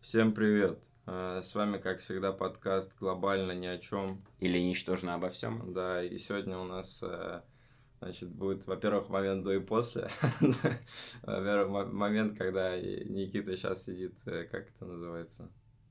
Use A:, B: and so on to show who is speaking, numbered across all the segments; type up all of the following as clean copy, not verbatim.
A: Всем привет! С вами, как всегда, подкаст «Глобально ни о чем».
B: Или «Ничтожно обо всем».
A: Да, и сегодня у нас, будет, во-первых, момент до и после. Во-первых, момент, когда Никита сейчас сидит, как это называется?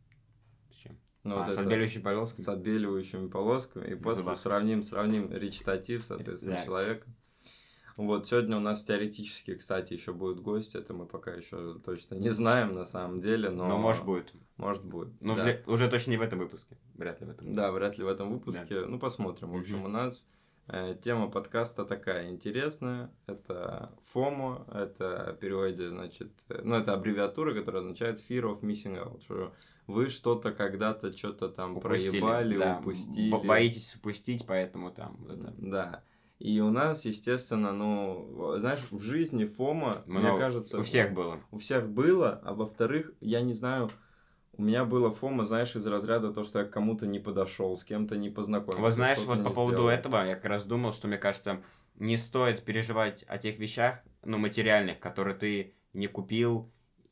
B: С отбеливающими полосками?
A: С отбеливающими полосками. И после сравним речитатив, соответственно, человека. Вот, сегодня у нас теоретически, кстати, еще будет гость, это мы пока еще точно не знаем на самом деле, но
B: может будет.
A: Может будет.
B: Но да. Уже точно не в этом выпуске, вряд ли в этом.
A: Да, вряд ли в этом выпуске,
B: да.
A: Ну, посмотрим. В общем, у нас тема подкаста такая интересная, это FOMO, это в переводе, значит, это аббревиатура, которая означает Fear of Missing Out, что вы что-то когда-то, что-то там проебали,
B: да.
A: упустили.
B: Боитесь упустить, поэтому там...
A: Да. И у нас, естественно, знаешь, в жизни FOMO, мне кажется...
B: У всех было.
A: У всех было, а во-вторых, я не знаю, у меня было FOMO, знаешь, из разряда то, что я к кому-то не подошел, с кем-то не познакомился.
B: Вот знаешь, вот по поводу этого я как раз думал, что, мне кажется, не стоит переживать о тех вещах, материальных, которые ты не купил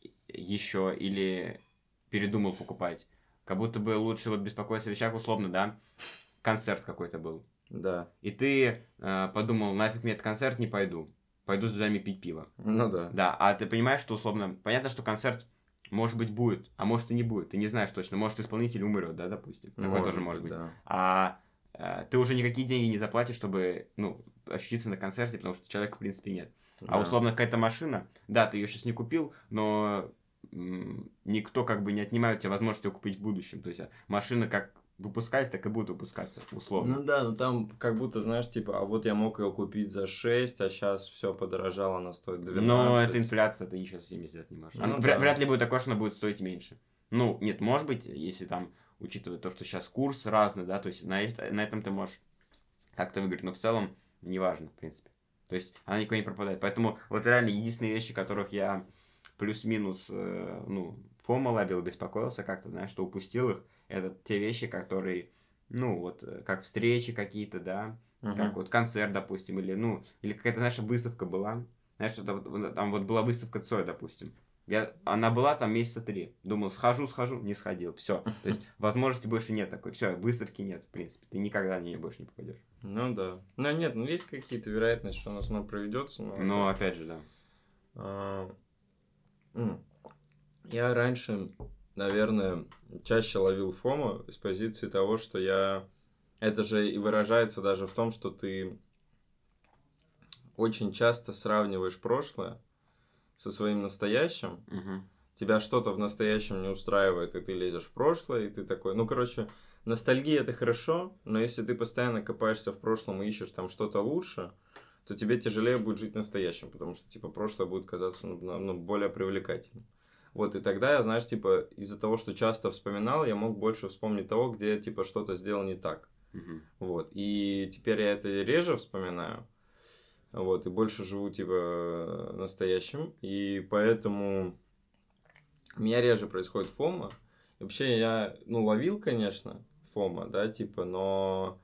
B: еще или передумал покупать. Как будто бы лучше беспокоиться о вещах, условно, да, концерт какой-то был.
A: Да.
B: И ты подумал, нафиг мне этот концерт, не пойду. Пойду с друзьями пить пиво.
A: Ну да.
B: Да, а ты понимаешь, что условно... Понятно, что концерт, может быть, будет, а может и не будет. Ты не знаешь точно. Может, исполнитель умрет, да, допустим. Такое тоже может быть.
A: Да.
B: А ты уже никакие деньги не заплатишь, чтобы, ощутиться на концерте, потому что человека, в принципе, нет. Да. А условно какая-то машина, да, ты ее сейчас не купил, но никто как бы не отнимает у тебя возможность ее купить в будущем. То есть машина как выпускается, так и будет выпускаться, условно.
A: Ну да, там как будто, знаешь, типа, а вот я мог ее купить за 6, а сейчас все подорожало, она стоит 12.
B: Но это инфляция, ты ничего с этим сделать не можешь. Вряд ли будет такое, что она будет стоить меньше. Нет, может быть, если там, учитывая то, что сейчас курс разный, да, то есть на этом ты можешь как-то выиграть, но в целом неважно, в принципе. То есть она никуда не пропадает. Поэтому вот реально единственные вещи, которых я плюс-минус, фома ловил, беспокоился как-то, знаешь, что упустил их, это те вещи, которые, как встречи какие-то, да, как вот концерт, допустим, или какая-то, знаешь, выставка была. Знаешь, там была выставка Цоя, допустим. Она была там месяца 3. Думал, схожу, не сходил. Все. То есть возможности больше нет такой. Все, выставки нет, в принципе. Ты никогда на нее больше не попадешь.
A: Ну да. Нет, есть какие-то вероятности, что у нас проведется.
B: Но опять же, да.
A: Я раньше, наверное, чаще ловил фомо с позиции того, что это же и выражается даже в том, что ты очень часто сравниваешь прошлое со своим настоящим.
B: Угу.
A: Тебя что-то в настоящем не устраивает, и ты лезешь в прошлое, и ты такой... ностальгия это хорошо, но если ты постоянно копаешься в прошлом и ищешь там что-то лучше, то тебе тяжелее будет жить в настоящем, потому что, прошлое будет казаться более привлекательным. Вот, и тогда я, знаешь, из-за того, что часто вспоминал, я мог больше вспомнить того, где я, что-то сделал не так.
B: Угу.
A: Вот, и теперь я это реже вспоминаю, вот, и больше живу, настоящим, и поэтому у меня реже происходит фома. И вообще я, ловил, конечно, фома, да, но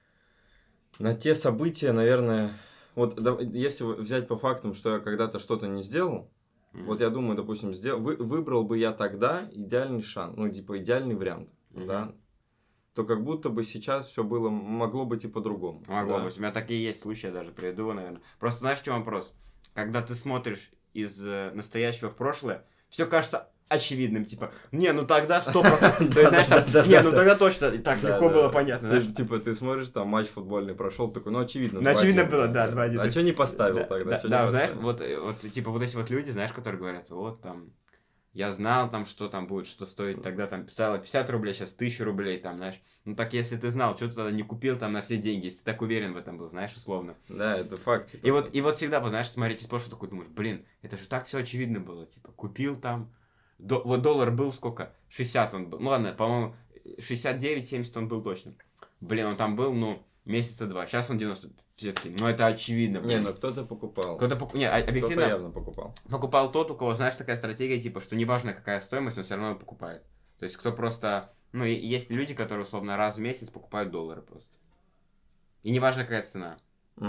A: на те события, наверное, вот если взять по фактам, что я когда-то что-то не сделал, вот я думаю, допустим, выбрал бы я тогда идеальный шанс, идеальный вариант, да, то как будто бы сейчас все могло быть и по-другому.
B: Могло быть. У меня такие есть случаи, я даже приведу, наверное. Просто знаешь, в чем вопрос? Когда ты смотришь из настоящего в прошлое, все кажется очевидным, тогда 100%. То есть, знаешь, тогда точно так легко было понятно.
A: Ты смотришь, там, матч футбольный прошел, такой, очевидно.
B: Очевидно было, да, 2-1.
A: А что не поставил тогда?
B: Да, знаешь, вот эти люди, знаешь, которые говорят, вот там, я знал там, что там будет, что стоит, тогда там стоило 50 рублей, сейчас 1000 рублей, там, знаешь. Так если ты знал, что ты тогда не купил там на все деньги, если ты так уверен в этом был, знаешь, условно.
A: Да, это факт.
B: И вот всегда, знаешь, смотреть из прошлого, такой думаешь, это же так все очевидно было, купил там. Вот доллар был сколько? 60 он был. ладно, по-моему, 69-70 он был точно. Он там был, месяца 2. Сейчас он 90. Все-таки, это очевидно.
A: Кто-то покупал.
B: Объективно.
A: Кто-то явно покупал.
B: Покупал тот, у кого, знаешь, такая стратегия, что неважно какая стоимость, он все равно покупает. То есть, кто просто... есть люди, которые, условно, раз в месяц покупают доллары просто. И неважно какая цена. Вот.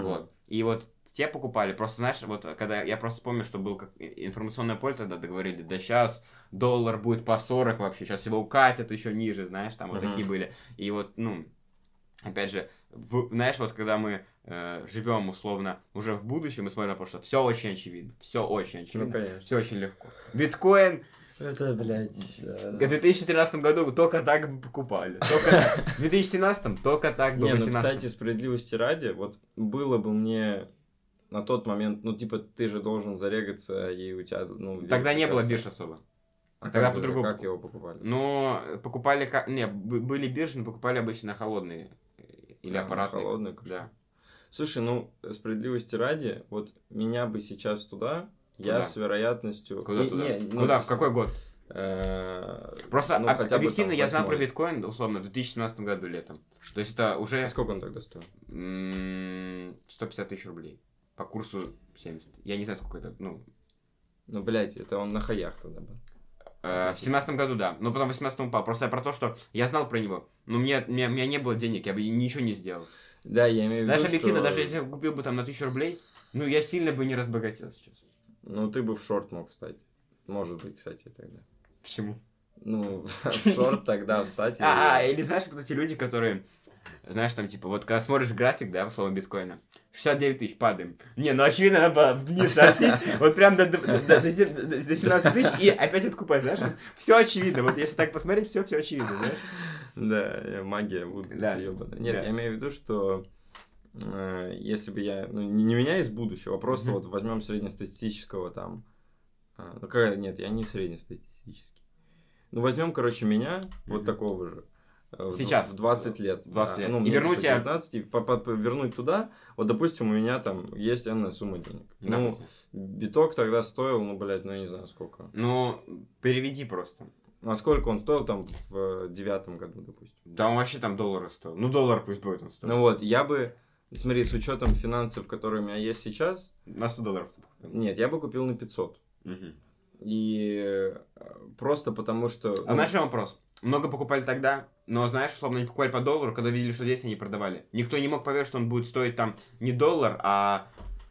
B: И вот те покупали, просто, знаешь, вот когда я просто помню, что был как информационное поле, тогда договорили, да сейчас доллар будет по 40 вообще, сейчас его укатят еще ниже, знаешь, там вот такие были. И вот, ну, опять же, знаешь, вот когда мы живем условно уже в будущем, мы смотрим на прошлое, все очень очевидно,
A: Ну, конечно.
B: все очень легко. Биткоин...
A: Это, блядь...
B: В 2013 году только так бы покупали. В 2017 только так бы.
A: Не, ну, кстати, справедливости ради, вот было бы мне на тот момент, ну, типа, ты же должен зарегаться, и у тебя, ну...
B: Тогда не было бирж особо.
A: Тогда по-другому. Как его покупали?
B: Ну, покупали... Не, были биржи, но покупали обычно на холодные. Или аппаратные.
A: Холодные?
B: Да.
A: Слушай, ну, справедливости ради, вот меня бы сейчас туда... Я с вероятностью...
B: Куда туда? Куда? В какой год? Просто объективно я знал про биткоин, условно, в 2017 году летом. То есть это уже...
A: Сколько он тогда стоил?
B: 150 тысяч рублей. По курсу 70. Я не знаю, сколько это, ну...
A: Ну, блядь, это он на хаях тогда был.
B: В 17 году, да. Но потом в 18 упал. Просто я про то, что я знал про него. Но у меня не было денег, я бы ничего не сделал.
A: Да, я имею в виду,
B: даже объективно, даже если я купил бы там на 1000 рублей, ну, я сильно бы не разбогател сейчас.
A: Ну, ты бы в шорт мог встать. Может быть, кстати, тогда.
B: Почему?
A: Ну, в шорт тогда встать.
B: Или знаешь, вот эти люди, которые, знаешь, там, типа, вот когда смотришь график, да, условно, биткоина, 69 тысяч, падаем. Не, ну, очевидно, надо было вниз шортить, вот прям до 17 тысяч, и опять откупать, знаешь, все очевидно. Вот если так посмотреть, все очевидно, знаешь?
A: Да, магия Вуду, ёбаная. Нет, я имею в виду, что если бы я, ну, не меня из будущего, а просто вот возьмем среднестатистического там, ну, нет, я не среднестатистический. Ну, возьмем, короче, меня, вот такого же.
B: Сейчас.
A: В 20 лет.
B: 20 лет.
A: Ну,
B: и вернуть
A: типа 19, и вернуть туда. Вот, допустим, у меня там есть энная сумма денег.
B: Да,
A: ну, биток тогда стоил, ну, блядь, ну, я не знаю, сколько.
B: Ну, переведи просто.
A: А сколько он стоил там в 9 году, допустим?
B: Да, он вообще там доллары стоил. Ну, доллар пусть будет он стоил.
A: Ну, вот, я бы... Смотри, с учетом финансов, которые у меня есть сейчас...
B: На 100 долларов ты
A: купил? Нет, я бы купил на 500. И просто потому что...
B: А знаешь, вопрос? Много покупали тогда, но, знаешь, условно, они покупали по доллару, когда видели, что здесь они продавали. Никто не мог поверить, что он будет стоить там не $1, а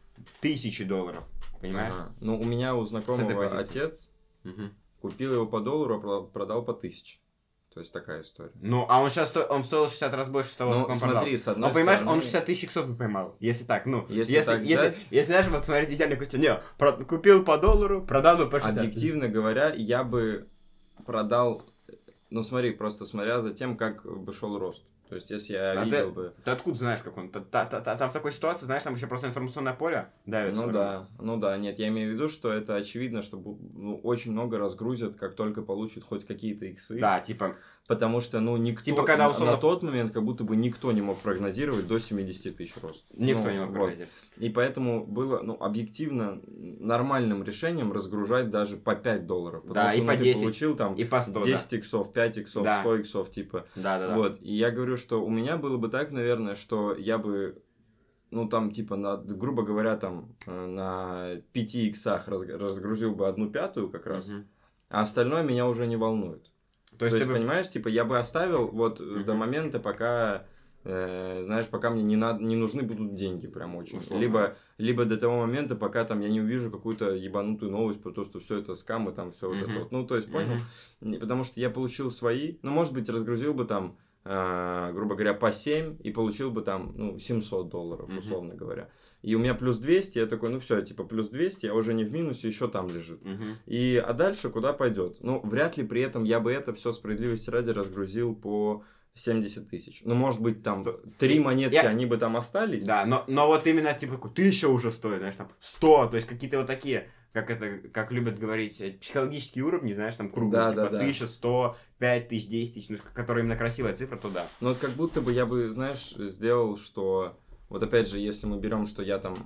B: $1000. Понимаешь?
A: Ага. Ну, у меня у знакомого отец купил его по $1, а продал по 1000. То есть такая история.
B: Ну, а он сейчас он стоил 60 раз больше того,
A: ну,
B: сколько он
A: смотри,
B: продал.
A: С одной
B: но понимаешь,
A: стороны...
B: он 60 тысяч иксов бы поймал. Если так, ну.
A: Если
B: знаешь, вот смотрите, идеально картина. Не, купил по $1, продал бы по 60.
A: Объективно говоря, я бы продал... Ну, смотри, просто смотря за тем, как бы шел рост. То есть, если я видел бы...
B: Ты откуда знаешь, как он? Там в такой ситуации, знаешь, там еще просто информационное поле давит.
A: Ну да, нет, я имею в виду, что это очевидно, что очень много разгрузят, как только получат хоть какие-то иксы.
B: Да, типа...
A: Потому что, ну, никто...
B: Типа, когда условно...
A: На тот момент, как будто бы никто не мог прогнозировать до 70 тысяч рост.
B: Никто не мог прогнозировать.
A: И поэтому было, ну, объективно нормальным решением разгружать даже по $5. Потому
B: да,
A: что,
B: и по 10,
A: ты получил там
B: и по 100,
A: 10 иксов, 5 иксов,
B: да.
A: 100 иксов, типа.
B: Да.
A: Вот, и я говорю, что у меня было бы так, наверное, что я бы... Ну, там, типа, грубо говоря, там, на 5 иксах разгрузил бы 1/5 как раз, а остальное меня уже не волнует. То есть понимаешь, типа, я бы оставил вот до момента, пока, знаешь, пока мне не нужны будут деньги прям очень. Либо до того момента, пока там я не увижу какую-то ебанутую новость про то, что все это скамы, там, все вот это вот. Ну, то есть, понял? Потому что я получил свои, ну, может быть, разгрузил бы там, грубо говоря, по 7 и получил бы там, ну, $700, условно говоря. И у меня плюс 200, я такой, ну все, типа плюс 200, я уже не в минусе, еще там лежит. А дальше куда пойдет? Ну, вряд ли при этом я бы это все справедливости ради разгрузил по 70 тысяч. Ну, может быть, там 3 монетки, они бы там остались.
B: Да, но вот именно, типа, 1000 уже стоит, знаешь, там 100, то есть какие-то вот такие... как любят говорить, психологические уровни, знаешь, там круглые, типа 1100, 5000, 10 тысяч, ну, которые именно красивая цифра, то да.
A: Ну, вот как будто бы я бы, знаешь, сделал, что, вот опять же, если мы берем, что я там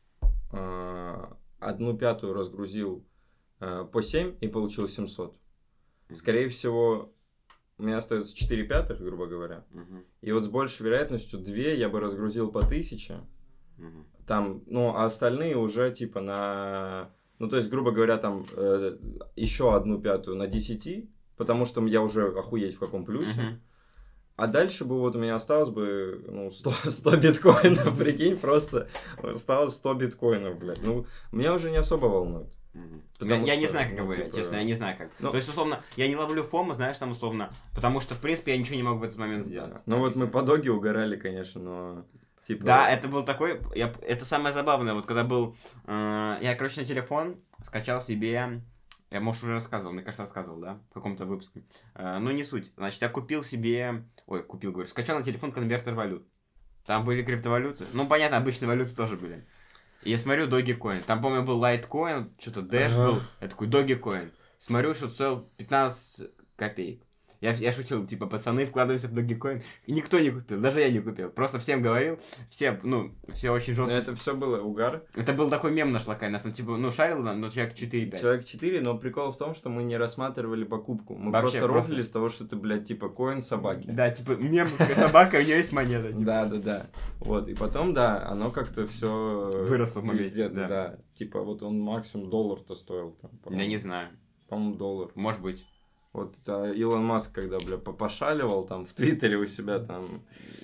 A: 1/5 разгрузил по 7 и получил 700, скорее всего, у меня остается 4/5, грубо говоря, и вот с большей вероятностью 2 я бы разгрузил по 1000, там, ну, а остальные уже, типа, на... Ну, то есть, грубо говоря, там еще 1/5 на 10, потому что я уже охуеть в каком плюсе. А дальше бы вот у меня осталось бы, ну, 100 биткоинов, прикинь, просто осталось 100 биткоинов, блядь. Ну, меня уже не особо волнует.
B: Я не знаю, как вы, честно, я не знаю, как. То есть, условно, я не ловлю фому, знаешь, там, условно, потому что, в принципе, я ничего не могу в этот момент сделать.
A: Ну, вот мы по доге угорали, конечно, но... Типа...
B: Да, это был такой... Это самое забавное, вот когда был... Я, короче, на телефон скачал себе... Я, может, уже рассказывал, мне кажется, рассказывал, да, в каком-то выпуске. Но не суть. Значит, я купил себе... говорю, скачал на телефон конвертер валют. Там были криптовалюты. Ну, понятно, обычные валюты тоже были. И я смотрю Dogecoin. Там, помню, был Litecoin, что-то Dash был. Я такой, Dogecoin. Смотрю, что стоил 15 копеек. Я шутил, типа, пацаны, вкладываемся в Dogecoin. И никто не купил, даже я не купил. Просто всем говорил, все очень жестко.
A: Но это все было угар.
B: Это был такой мем наш локальный. Нас там, типа, шарил, но человек 4-5.
A: Человек 4, но прикол в том, что мы не рассматривали покупку. Мы вообще, просто рофлили с того, что это, блядь, типа, коин собаки.
B: Да, типа, мем, собака, у нее есть монета.
A: Да. Вот, и потом, да, оно как-то все
B: выросло в моменте.
A: Да. Типа, вот он максимум $1 стоил. Там,
B: я не знаю.
A: По-моему, $1.
B: Может быть.
A: Вот Илон Маск, когда, бля, пошаливал там в Твиттере у себя там,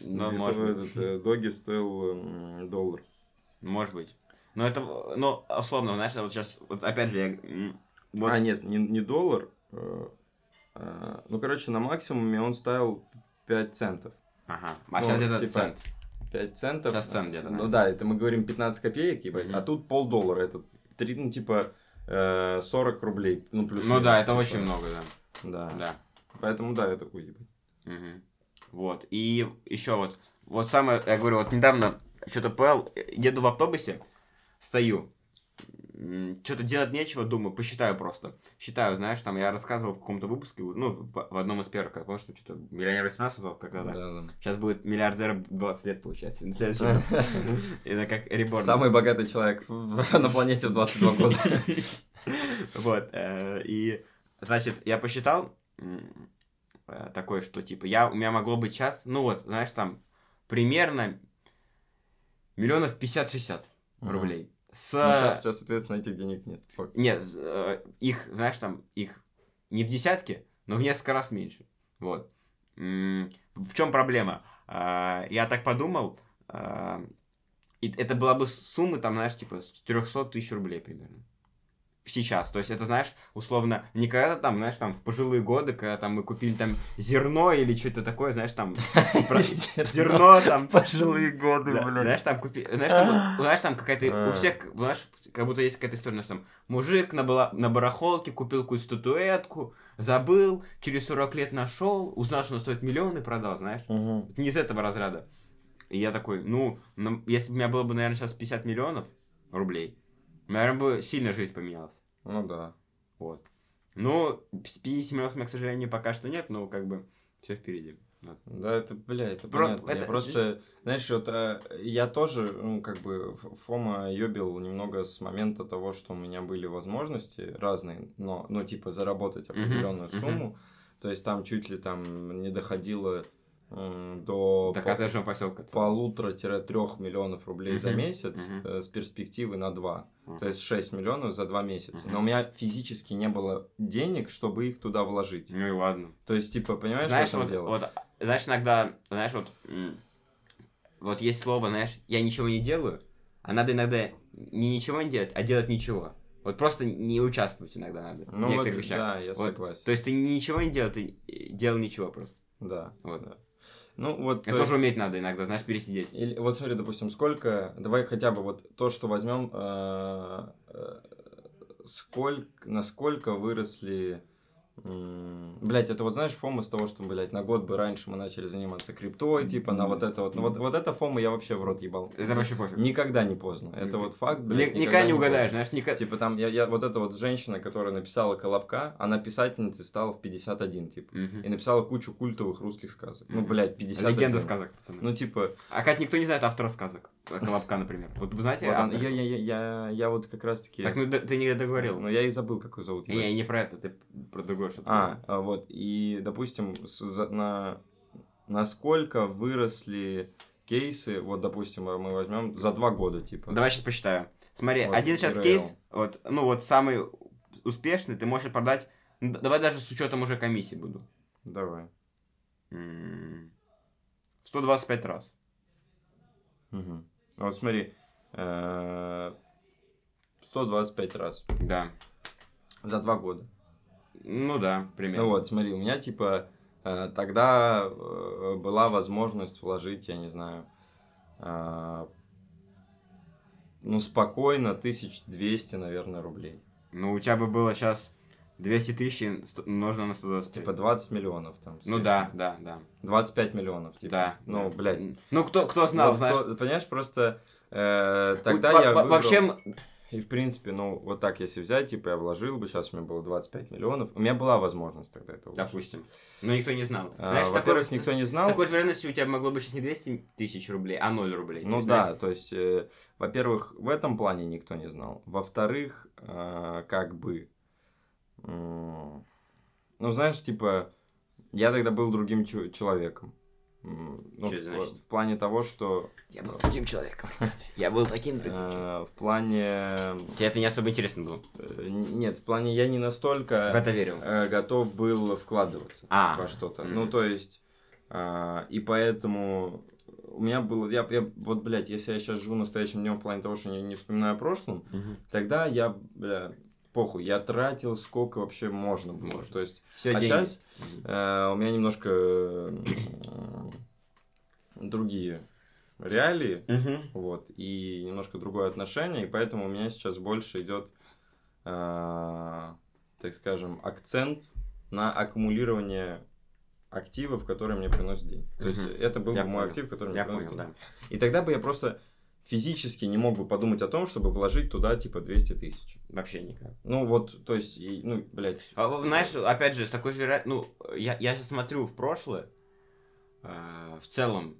A: этот доги стоил $1.
B: Может быть. Но это, условно, знаешь, вот сейчас, вот опять же,
A: вот... нет, не $1. Короче, на максимуме он стоил 5 центов.
B: Ага, а сейчас где-то типа, цент.
A: 5 центов.
B: Сейчас цент где-то,
A: Ну да, это мы говорим 15 копеек, ебать, а тут $0.50, это 3, типа, 40 рублей, ну плюс.
B: Ну да, это очень много, да.
A: Да. Поэтому да, я такой ебать.
B: Вот. И еще вот самое, я говорю, вот недавно что-то понял, еду в автобусе, стою, что-то делать нечего, думаю, посчитаю просто. Считаю, знаешь, там я рассказывал в каком-то выпуске, в одном из первых, как помнишь, что-то миллионер 18 назвал когда-то. Да. Сейчас будет миллиардер 20 лет, получается. На следующий год. Это как реборн.
A: Самый богатый человек на планете в 22 года.
B: Вот. И значит, я посчитал такое, что типа у меня могло быть сейчас, знаешь, там примерно 50-60 рублей.
A: Сейчас у тебя, соответственно, этих денег нет.
B: Нет, их, знаешь, там, их не в десятке, но в несколько раз меньше. Вот. В чем проблема? Я так подумал, и это была бы сумма, там, знаешь, типа 400 тысяч рублей примерно. Сейчас, то есть это, знаешь, условно, не когда-то там, знаешь, там в пожилые годы, когда там мы купили там зерно или что-то такое, знаешь, там зерно там
A: в пожилые годы, блядь.
B: Знаешь, там купили, знаешь, там какая-то у всех, знаешь, как будто есть какая-то история, там мужик на барахолке купил какую-то статуэтку, забыл, через 40 лет нашел, узнал, что она стоит миллион и продал, знаешь, не из этого разряда. И я такой, если бы у меня было бы, наверное, сейчас 50 миллионов рублей, наверное, бы сильно жизнь поменялась.
A: Ну да.
B: Вот. 50 миллионов у меня, к сожалению, пока что нет, но как бы все впереди. Вот.
A: Да, это понятно. Я просто, знаешь, вот я тоже, Фома ёбил немного с момента того, что у меня были возможности разные, но типа заработать определенную сумму. То есть там чуть ли там не доходило до 1,5-3 миллионов рублей за месяц с перспективы на 2. То есть 6 миллионов за 2 месяца. Но у меня физически не было денег, чтобы их туда вложить.
B: Ну и ладно.
A: То есть, типа, понимаешь,
B: знаешь,
A: что дело?
B: Вот, знаешь, иногда, знаешь, вот есть слово, знаешь, я ничего не делаю, а надо иногда не ничего не делать, а делать ничего. Вот просто не участвовать иногда надо в некоторых вещах.
A: Да, я согласен.
B: То есть ты ничего не делал, ты делал ничего просто.
A: Да.
B: Вот.
A: Да. Это
B: тоже уметь надо иногда, знаешь, пересидеть.
A: Или, вот смотри, допустим, давай хотя бы вот то, что возьмем, насколько выросли, блять, это вот знаешь, фома с того, что, блять, на год бы раньше мы начали заниматься криптой, типа, на вот это вот, вот это фома я вообще в рот ебал.
B: Это вообще пофиг.
A: Никогда не поздно, это вот факт, блядь.
B: Никогда не угадаешь, знаешь,
A: Типа там, я вот эта вот женщина, которая написала «Колобка», она писательницей стала в 51, типа, и написала кучу культовых русских сказок. Блядь, 51.
B: Легенда сказок, пацаны.
A: Типа...
B: А как никто не знает автора сказок, «Колобка», например. Вот вы знаете
A: автора? Я вот как раз-таки...
B: Так, ты не договорил.
A: Но я и забыл, как его зовут.
B: Не, не про это, ты про другое что-то.
A: Вот, и, допустим, насколько выросли кейсы, вот, допустим, мы возьмем за 2 года, типа.
B: Давай сейчас посчитаю. Смотри, вот один сейчас кейс, вот самый успешный, ты можешь продать, давай даже с учетом уже комиссии буду.
A: Давай.
B: 125 раз.
A: Угу. Вот смотри, 125 раз.
B: Да.
A: За 2 года.
B: Ну да, примерно.
A: Ну вот, смотри, у меня типа тогда была возможность вложить, я не знаю, спокойно 1200, наверное, рублей.
B: Ну, у тебя бы было сейчас 200 тысяч умножено на 125.
A: Типа 20 миллионов там.
B: Ну да.
A: 25 миллионов, типа.
B: Да.
A: Ну,
B: да.
A: блядь.
B: Ну, кто знал,
A: вот
B: знаешь.
A: понимаешь, просто тогда я выбрал...
B: Вообще...
A: И, в принципе, вот так, если взять, типа, я вложил бы, сейчас у меня было 25 миллионов. У меня была возможность тогда это вложить.
B: Допустим. Но никто не знал.
A: Во-первых, никто не знал.
B: С такой вероятностью у тебя могло быть сейчас не 200 тысяч рублей, а 0 рублей.
A: Ну да, то есть, во-первых, в этом плане никто не знал. Во-вторых, как бы... Ну, знаешь, типа, я тогда был другим человеком. Ну, в плане того, что...
B: Я был таким человеком. Я был таким другим человеком.
A: В плане...
B: Тебе это не особо интересно было?
A: Нет, в плане я не настолько...
B: В это верил.
A: Готов был вкладываться во что-то. Ну, то есть... И поэтому... У меня было... Вот, блядь, если я сейчас живу настоящим днем в плане того, что я не вспоминаю о прошлом, тогда я, похуй, я тратил сколько вообще можно было. То есть, сейчас у меня немножко другие реалии, вот, и немножко другое отношение, и поэтому у меня сейчас больше идет, так скажем, акцент на аккумулирование активов, которые мне приносят деньги. То есть, это был бы мой актив, который мне приносит деньги. Да. И тогда бы я просто... физически не мог бы подумать о том, чтобы вложить туда, типа, 200 тысяч.
B: Вообще никак.
A: Ну, вот, то есть, блядь.
B: Знаешь, опять же, с такой же вероятностью... Ну, я сейчас смотрю в прошлое, в целом,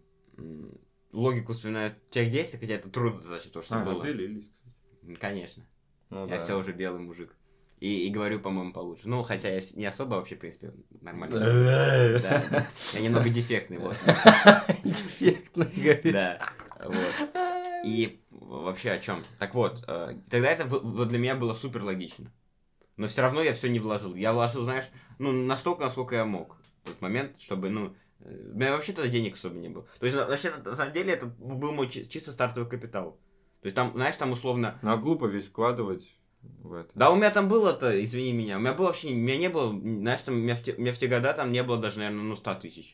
B: логику вспоминаю тех действий, хотя это трудно за то, что было.
A: Белились, кстати.
B: Конечно.
A: Ну,
B: я все уже белый мужик. И говорю, по-моему, получше. Ну, хотя я не особо вообще, в принципе, нормально. Да. Я немного дефектный, вот.
A: Дефектный, говорит.
B: Да, вот. И вообще о чем? Так вот, тогда это для меня было супер логично. Но все равно я все не вложил. Я вложил, знаешь, настолько, насколько я мог в тот момент, чтобы, у меня вообще тогда денег особо не было. То есть, вообще, на самом деле, это был мой чисто стартовый капитал. То есть, там, знаешь, там условно...
A: Ну, а глупо ведь вкладывать в это.
B: Да, у меня там было-то, извини меня, у меня было вообще, у меня не было, знаешь, там, у меня в те года там не было даже, наверное, 100 тысяч.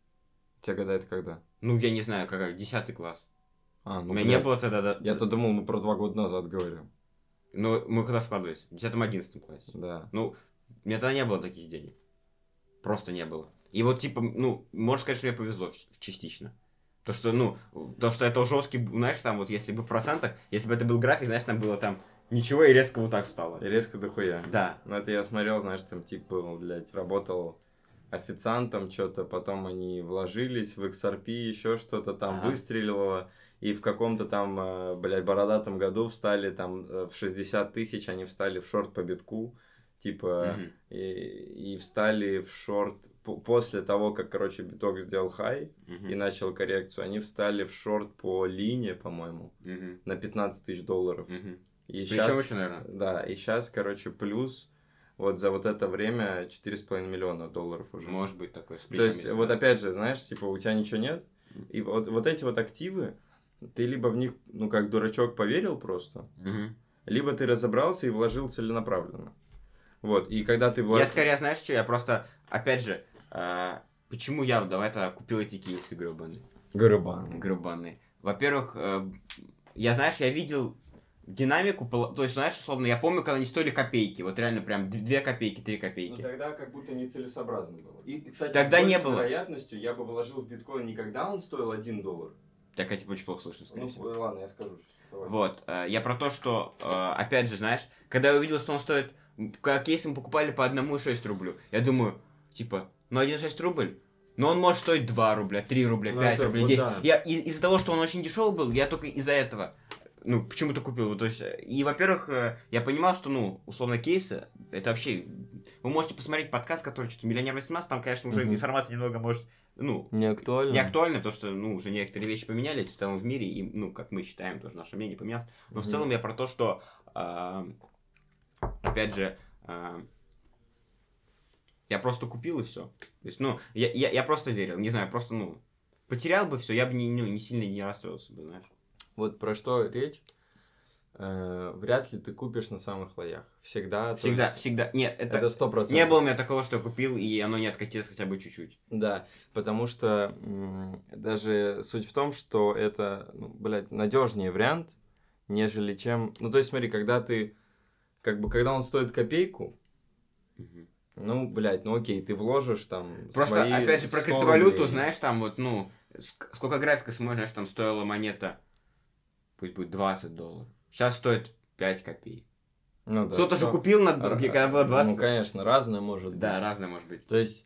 A: У тебя года это когда?
B: Ну, я не знаю, 10 класс.
A: У
B: меня не было тогда...
A: Я-то думал, мы про 2 года назад говорим.
B: Ну, мы когда вкладывались? В 10-11 классе.
A: Да.
B: Ну, у меня тогда не было таких денег. Просто не было. И вот, типа, можно сказать, что мне повезло частично. То, что это жесткий, знаешь, там вот, если бы в процентах, если бы это был график, знаешь, там было там ничего, и резко вот так встало.
A: И резко дохуя.
B: Да.
A: Ну, это я смотрел, знаешь, там, типа, блядь, работал официантом что-то, потом они вложились в XRP, еще что-то там выстрелило, и в каком-то там, бородатом году встали там в 60 тысяч, они встали в шорт по битку, типа, и встали в шорт после того, как, короче, биток сделал хай и начал коррекцию, они встали в шорт по линии, по-моему, на 15 тысяч долларов. И сейчас,
B: еще, наверное.
A: Да, и сейчас, короче, плюс вот за вот это время 4,5 миллиона долларов уже.
B: Может быть такое.
A: То есть, вот опять же, знаешь, типа, у тебя ничего нет, и вот эти вот активы, ты либо в них, как дурачок поверил просто, либо ты разобрался и вложил целенаправленно. Вот, и когда ты вложил...
B: Я скорее, знаешь что, я просто, опять же, почему я давай-то купил эти кейсы гребаные. Во-первых, я видел динамику, то есть, знаешь, условно, я помню, когда они стоили копейки, вот реально прям 2 копейки, 3 копейки.
A: Но тогда как будто нецелесообразно было. И, кстати,
B: тогда
A: с
B: не
A: большей
B: было.
A: вероятностью я бы вложил в биткоин не когда он стоил $1.
B: Так я тебя очень плохо слышу, скорее всего.
A: Ладно, я скажу. Давай.
B: Вот, я про то, что, опять же, знаешь, когда я увидел, что он стоит, кейсы мы покупали по 1,6 рублю, я думаю, типа, 1,6 рубль? Но он может стоить 2 рубля, 3 рубля, 5 рублей, 10. Да. Из-за того, что он очень дешевый был, я только из-за этого почему-то купил. То есть, и, во-первых, я понимал, что, условно, кейсы, это вообще... Вы можете посмотреть подкаст, который что-то «Миллионер 18», там, конечно, уже информация немного может...
A: не актуально.
B: Не актуально, потому что, уже некоторые вещи поменялись в целом в мире, и, как мы считаем, тоже наше мнение поменялось. Но в целом я про то, что, опять же, я просто купил и все. То есть, я просто верил, не знаю, просто, потерял бы все, я бы не сильно не расстроился бы, знаешь.
A: Вот про что речь? Вряд ли ты купишь на самых лоях. Всегда.
B: Всегда. Нет, это
A: 100%.
B: Не было у меня такого, что я купил, и оно не откатилось хотя бы чуть-чуть.
A: Да, потому что даже суть в том, что это, надежнее вариант, нежели чем... Ну, то есть, смотри, когда ты... когда он стоит копейку, окей, ты вложишь там
B: просто,
A: свои
B: опять же, про криптовалюту, знаешь, там вот, сколько графика смотришь, там стоила монета, пусть будет $20. Сейчас стоит 5 копеек.
A: Ну, да,
B: кто-то же купил когда было 20.
A: Ну, конечно, разное может быть.
B: Да, разное может быть.
A: То есть,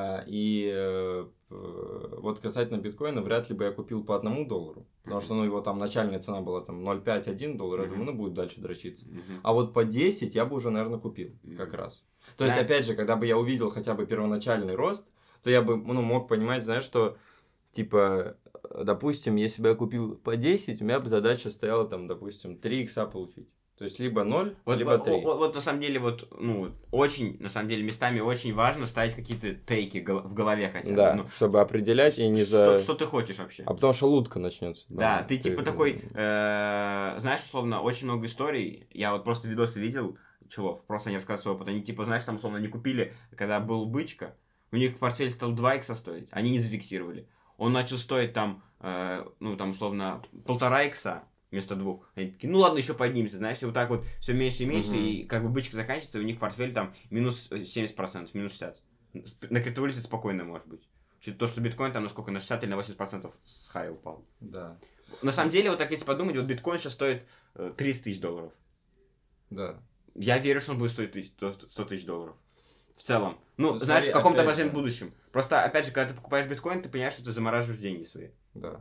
A: вот касательно биткоина, вряд ли бы я купил по $1, потому что, его там начальная цена была там 0,5-1 доллар, я думаю, будет дальше дрочиться. А вот по 10 я бы уже, наверное, купил как раз. То есть, опять же, когда бы я увидел хотя бы первоначальный рост, то я бы, мог понимать, знаешь, что, типа, допустим, если бы я купил по 10, у меня бы задача стояла, там, допустим, 3 икса получить. То есть, либо 0, либо 3.
B: Вот на самом деле, очень, на самом деле, местами очень важно ставить какие-то тейки в голове хотя бы.
A: Да, чтобы определять и не за...
B: Что ты хочешь вообще.
A: А потому что лутка начнется.
B: Да, ты типа такой, знаешь, условно, очень много историй. Я вот просто видосы видел, чуваков, просто не рассказывал свой опыт. Они типа, знаешь, там, условно, не купили, когда был бычка, у них портфель стал 2 икса стоить, они не зафиксировали. Он начал стоить там, условно, 1,5 икса. Вместо 2. Они такие, ладно, еще поднимемся, знаешь, и вот так вот все меньше и меньше, и как бы бычка заканчивается, и у них портфель там минус 70%, минус 60%. На криптовалюте спокойно может быть. То, что биткоин там на сколько, на 60 или на 80% с хая упал.
A: Да.
B: На самом деле, вот так если подумать, вот биткоин сейчас стоит $30 000.
A: Да.
B: Я верю, что он будет стоить $100 000. В целом. Знаешь,
A: смотри,
B: в каком-то обозримом будущем. Просто, опять же, когда ты покупаешь биткоин, ты понимаешь, что ты замораживаешь деньги свои.
A: Да.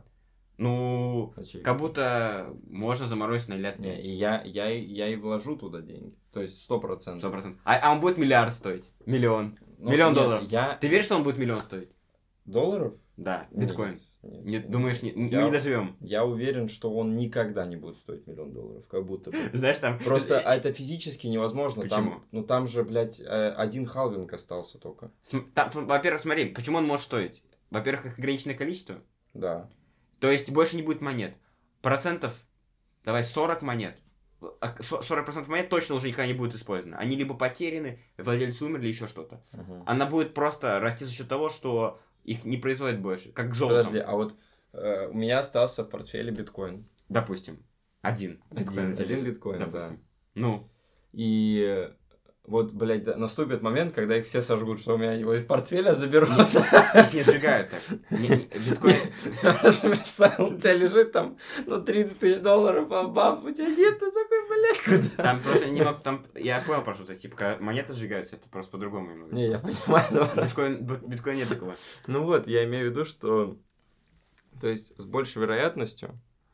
B: Как будто можно заморозить на лет 5.
A: Не, и я и вложу туда деньги. То есть 100%.
B: 100%. А он будет миллиард стоить? Миллион. Миллион долларов. Ты веришь, что он будет миллион стоить?
A: Долларов?
B: Да, биткоин.
A: Нет.
B: Думаешь, мы не доживем?
A: Я уверен, что он никогда не будет стоить $1 миллион, как будто бы.
B: Знаешь, там...
A: Просто это физически невозможно.
B: Почему?
A: Там же, блядь, один халвинг остался только.
B: Во-первых, смотри, почему он может стоить? Во-первых, их ограниченное количество.
A: Да.
B: То есть больше не будет монет. Давай 40 монет. 40% монет точно уже никогда не будет использовано. Они либо потеряны, владельцы умерли, еще что-то. Она будет просто расти за счет того, что их не производят больше. Как золото.
A: Подожди, а вот у меня остался в портфеле биткоин.
B: Допустим. Один
A: биткоин,
B: допустим.
A: Да. И... Вот, блядь, наступит момент, когда их все сожгут, что у меня его из портфеля заберут.
B: Их не сжигают так. Биткоин...
A: Представил, у тебя лежит там, $30 000, а баб, у тебя нет, ты такой, блядь, куда?
B: Там просто немного, я понял, про что, типа, когда монеты сжигаются, это просто по-другому немного.
A: Не, я понимаю.
B: Биткоин нет такого.
A: Я имею в виду, что, то есть, с большей вероятностью,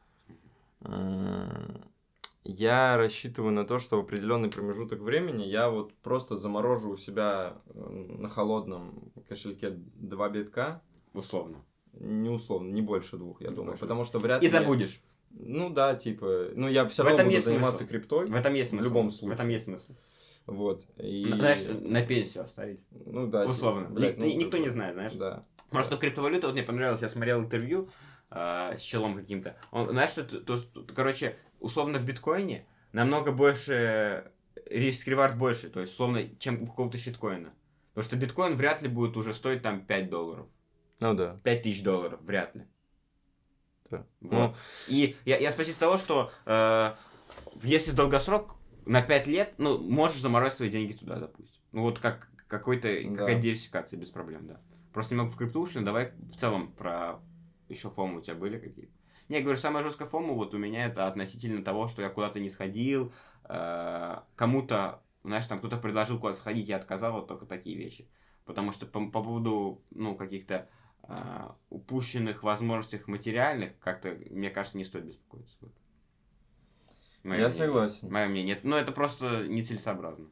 A: я рассчитываю на то, что в определенный промежуток времени я вот просто заморожу у себя на холодном кошельке 2 битка.
B: Условно.
A: Не условно, не больше 2, я думаю. Потому что вряд ли...
B: И забудешь.
A: Я все равно буду заниматься криптой.
B: В этом есть смысл.
A: В любом случае.
B: В этом есть смысл.
A: Вот.
B: Знаешь, на пенсию оставить. Условно. Никто не знает, знаешь.
A: Да.
B: Просто криптовалюта, вот мне понравилось, я смотрел интервью с челом каким-то. Знаешь, что, условно в биткоине намного больше, риск-ревард больше, то есть, условно, чем у какого-то щиткоина. Потому что биткоин вряд ли будет уже стоить там $5.
A: Ну да.
B: $5000, вряд ли.
A: Да.
B: Вот. И я спросил с того, что если долгосрок на 5 лет, можешь заморозить свои деньги туда, допустим. Какая-то диверсификация без проблем, да. Просто немного в крипту ушли, давай в целом про еще фомы у тебя были какие-то. Не, я говорю, самая жесткая фома вот у меня это относительно того, что я куда-то не сходил, кому-то, знаешь, там кто-то предложил куда-то сходить, я отказал, вот только такие вещи. Потому что по поводу, каких-то упущенных возможностей материальных, как-то, мне кажется, не стоит беспокоиться.
A: Я согласен.
B: Мое мнение. Но это просто нецелесообразно.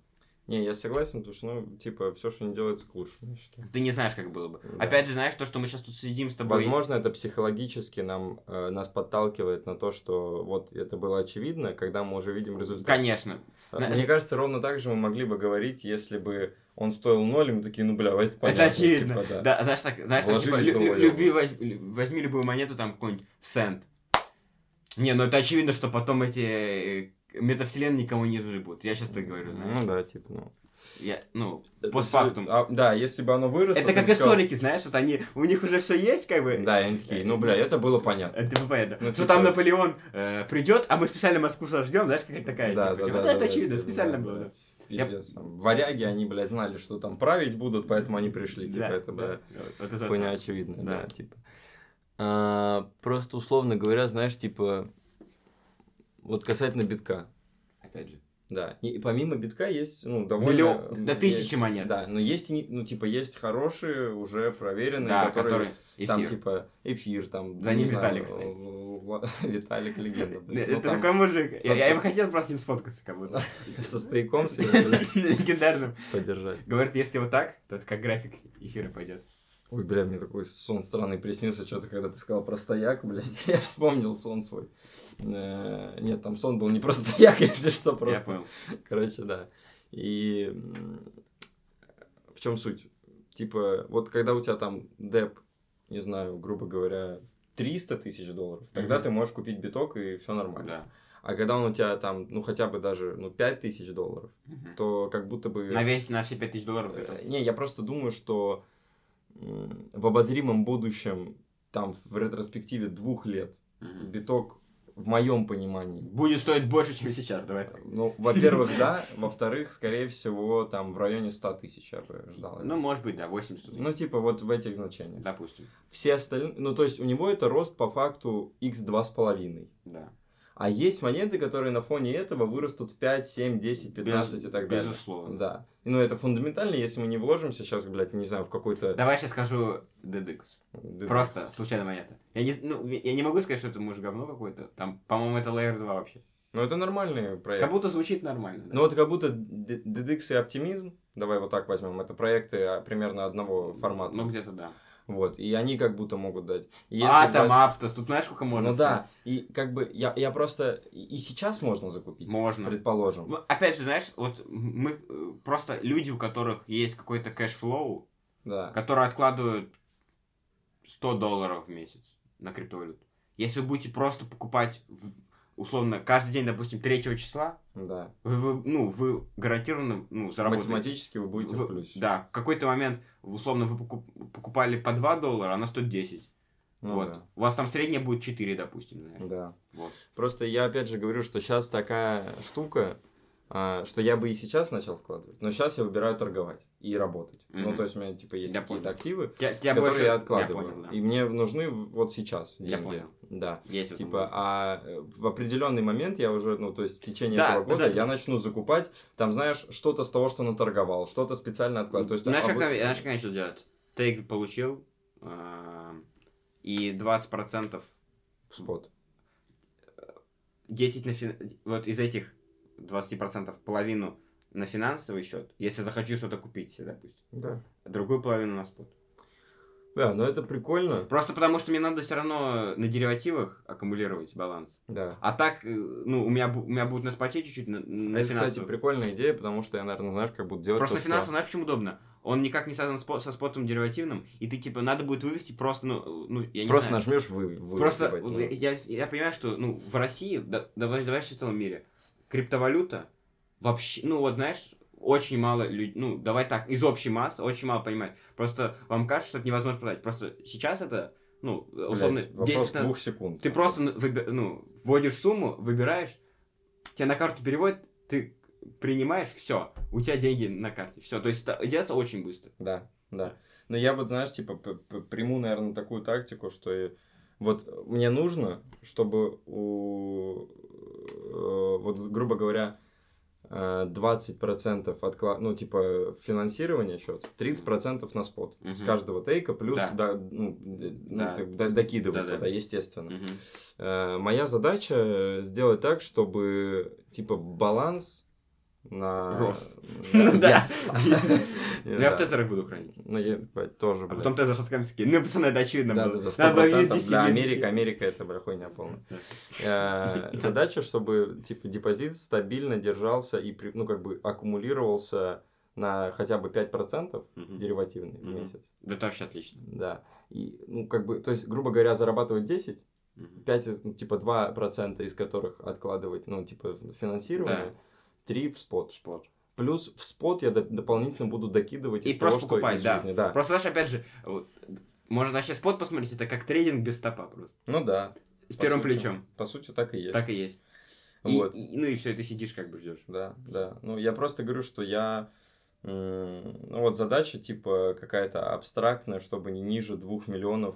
A: Не, я согласен, потому что, ну, типа, все, что не делается, к лучшему, я считаю.
B: Ты не знаешь, как было бы.
A: Да.
B: Опять же, знаешь, то, что мы сейчас тут сидим с тобой...
A: Возможно, это психологически нас подталкивает на то, что вот это было очевидно, когда мы уже видим результат.
B: Конечно.
A: Мне кажется, ровно так же мы могли бы говорить, если бы он стоил 0, и мы такие, ну, бля, это понятно.
B: Это очевидно.
A: Типа,
B: да, знаешь, так, типа, возьми любую монету, там, какой-нибудь цент. Не, ну это очевидно, что потом эти метавселенные никому не нужны будут. Я сейчас так говорю, знаешь.
A: Ну да, типа,
B: постфактум.
A: Да, если бы оно выросло...
B: Это как историки, знаешь, вот они, у них уже все есть, как бы.
A: Да, и они такие, ну, бля, это было понятно.
B: Это понятно.
A: Ну,
B: что там Наполеон придет, а мы специально Москву сожгем, знаешь, какая-то такая,
A: да,
B: типа.
A: Да,
B: вот это очевидно, специально было.
A: Пиздец. Варяги, они, блядь, знали, что там править будут, поэтому они пришли. Типа, это, бля, хуйня очевидная, да, типа. Просто, условно говоря, знаешь, типа, вот касательно битка.
B: Опять же.
A: Да. И помимо битка есть, ну, довольно...
B: Миллион, до 1000 монет.
A: Да, но есть, ну, типа, есть хорошие, уже проверенные,
B: да,
A: которые...
B: Эфир.
A: Там, типа, эфир, там...
B: За ним Виталик стоит.
A: Виталик легенда, блин.
B: Это такой мужик. Я его хотел просто с ним сфоткаться, как будто.
A: Со стояком блядь.
B: Легендарным.
A: Поддержать.
B: Говорит, если вот так, то это как график эфира пойдет.
A: Ой, бля, мне такой сон странный приснился, что-то, когда ты сказал про стояк, блядь, я вспомнил сон свой. Нет, там сон был не про стояк, если что, просто.
B: Я понял.
A: Короче, да. И в чем суть? Типа, вот когда у тебя там деп, не знаю, грубо говоря, $300 000, тогда ты можешь купить биток, и все нормально.
B: Да.
A: А когда он у тебя там, ну, хотя бы даже, ну, $5000, то как будто бы...
B: На все $5000 это...
A: Не, я просто думаю, что в обозримом будущем, там, в ретроспективе 2 лет, биток, в моем понимании...
B: будет стоить больше, чем сейчас, давай.
A: Ну, во-первых, да. Во-вторых, скорее всего, там, в районе 100 000 я бы ждал.
B: Ну, может быть, да, 80 000.
A: Ну, типа, вот в этих значениях.
B: Допустим.
A: Все остальные... Ну, то есть, у него это рост по факту x2,5.
B: Да.
A: А есть монеты, которые на фоне этого вырастут в 5, 7, 10, 15 и так далее.
B: Безусловно.
A: Да. И, ну, это фундаментально, если мы не вложимся сейчас, блядь, не знаю, в какой-то...
B: Давай сейчас скажу DDX. Просто случайная монета. Я не могу сказать, что это, может, говно какое-то. Там, по-моему, это Layer 2 вообще.
A: Ну, это нормальный проект.
B: Как будто звучит нормально. Да?
A: Ну, вот как будто DDX и Optimism, давай вот так возьмем, это проекты примерно одного формата.
B: Ну, где-то да.
A: Вот, и они как будто могут дать.
B: Там Aptos, тут знаешь, сколько можно
A: сказать? Да, и как бы я просто... И сейчас можно закупить.
B: Можно.
A: Предположим.
B: Опять же, знаешь, вот мы просто люди, у которых есть какой-то кэшфлоу,
A: да.
B: которые откладывают $100 в месяц на криптовалюту. Если вы будете просто покупать, условно, каждый день, допустим, 3 числа,
A: да.
B: вы гарантированно заработаете.
A: Математически вы будете в плюсе.
B: Да, в какой-то момент, условно, вы покупали по $2, она стоит 10.
A: Ну,
B: вот.
A: да.
B: У вас там средняя будет 4, допустим. Знаешь.
A: Да.
B: Вот.
A: Просто я опять же говорю, что сейчас такая штука, что я бы и сейчас начал вкладывать, но сейчас я выбираю торговать и работать. Ну, то есть у меня типа есть какие-то активы, которые я откладываю.
B: Я понял, да.
A: И мне нужны вот сейчас деньги.
B: Я понял.
A: Да.
B: Есть
A: типа, а в определенный момент я уже, ну, то есть в течение этого года я начну закупать, там, знаешь, что-то с того, что наторговал, что-то специально откладывать. То есть,
B: знаешь, как я начал делать? Тейк получил, и 20%
A: в спот.
B: 10 вот из этих 20% половину на финансовый счет, если захочу что-то купить себе, допустим.
A: Да.
B: А другую половину на спот.
A: Да, но это прикольно.
B: Просто потому, что мне надо все равно на деривативах аккумулировать баланс.
A: Да.
B: А так, ну, у меня будет на споте чуть-чуть, на финансовых.
A: Кстати, прикольная идея, потому что я, наверное, знаешь, как буду делать.
B: Просто финансово, знаешь, почему удобно? Он никак не связан со спотом деривативным, и ты, типа, надо будет вывести просто, я не
A: просто
B: знаю.
A: Нажмешь
B: Просто я понимаю, что, в России, давай в целом мире, криптовалюта вообще, вот знаешь, очень мало людей, давай так, из общей массы очень мало понимает. Просто вам кажется, что это невозможно продать. Просто сейчас это, условно,
A: 10 2 секунд.
B: Ты просто, вводишь сумму, выбираешь, тебя на карту переводят, ты принимаешь, все, у тебя деньги на карте, все. То есть это делается очень быстро.
A: Да. Но я вот, знаешь, типа, приму, наверное, такую тактику, что вот мне нужно, чтобы вот, грубо говоря, 20% финансирования счет, 30% на спот. С каждого тейка, плюс докидывать туда, естественно. Моя задача сделать так, чтобы типа баланс
B: Рост.
A: Да.
B: Я в тезерах буду хранить.
A: Ну, я тоже, блядь.
B: А потом тезер с открытым. Ну, пацаны, это очевидно было.
A: Да, 100%. Да, Америка, это, бля, хуйня полная. Задача, чтобы, типа, депозит стабильно держался и, ну, как бы, аккумулировался на хотя бы 5% деривативный в месяц.
B: Это вообще отлично.
A: Да. И, ну, как бы, то есть, грубо говоря, зарабатывать 10, 5, ну, типа, 2% из которых откладывать, ну, типа, финансирование, 3 в спот. Плюс в спот я дополнительно буду докидывать из того, что из жизни. Да.
B: Просто, знаешь, опять же, можно вообще спот посмотреть, это как трейдинг без стопа просто.
A: Ну да.
B: С первым плечом.
A: По сути, так и есть.
B: Так и есть.
A: Вот.
B: Ну и все, ты сидишь как бы ждешь.
A: Да. Ну, я просто говорю, что я... Ну, вот задача, типа, какая-то абстрактная, чтобы не ниже 2 миллионов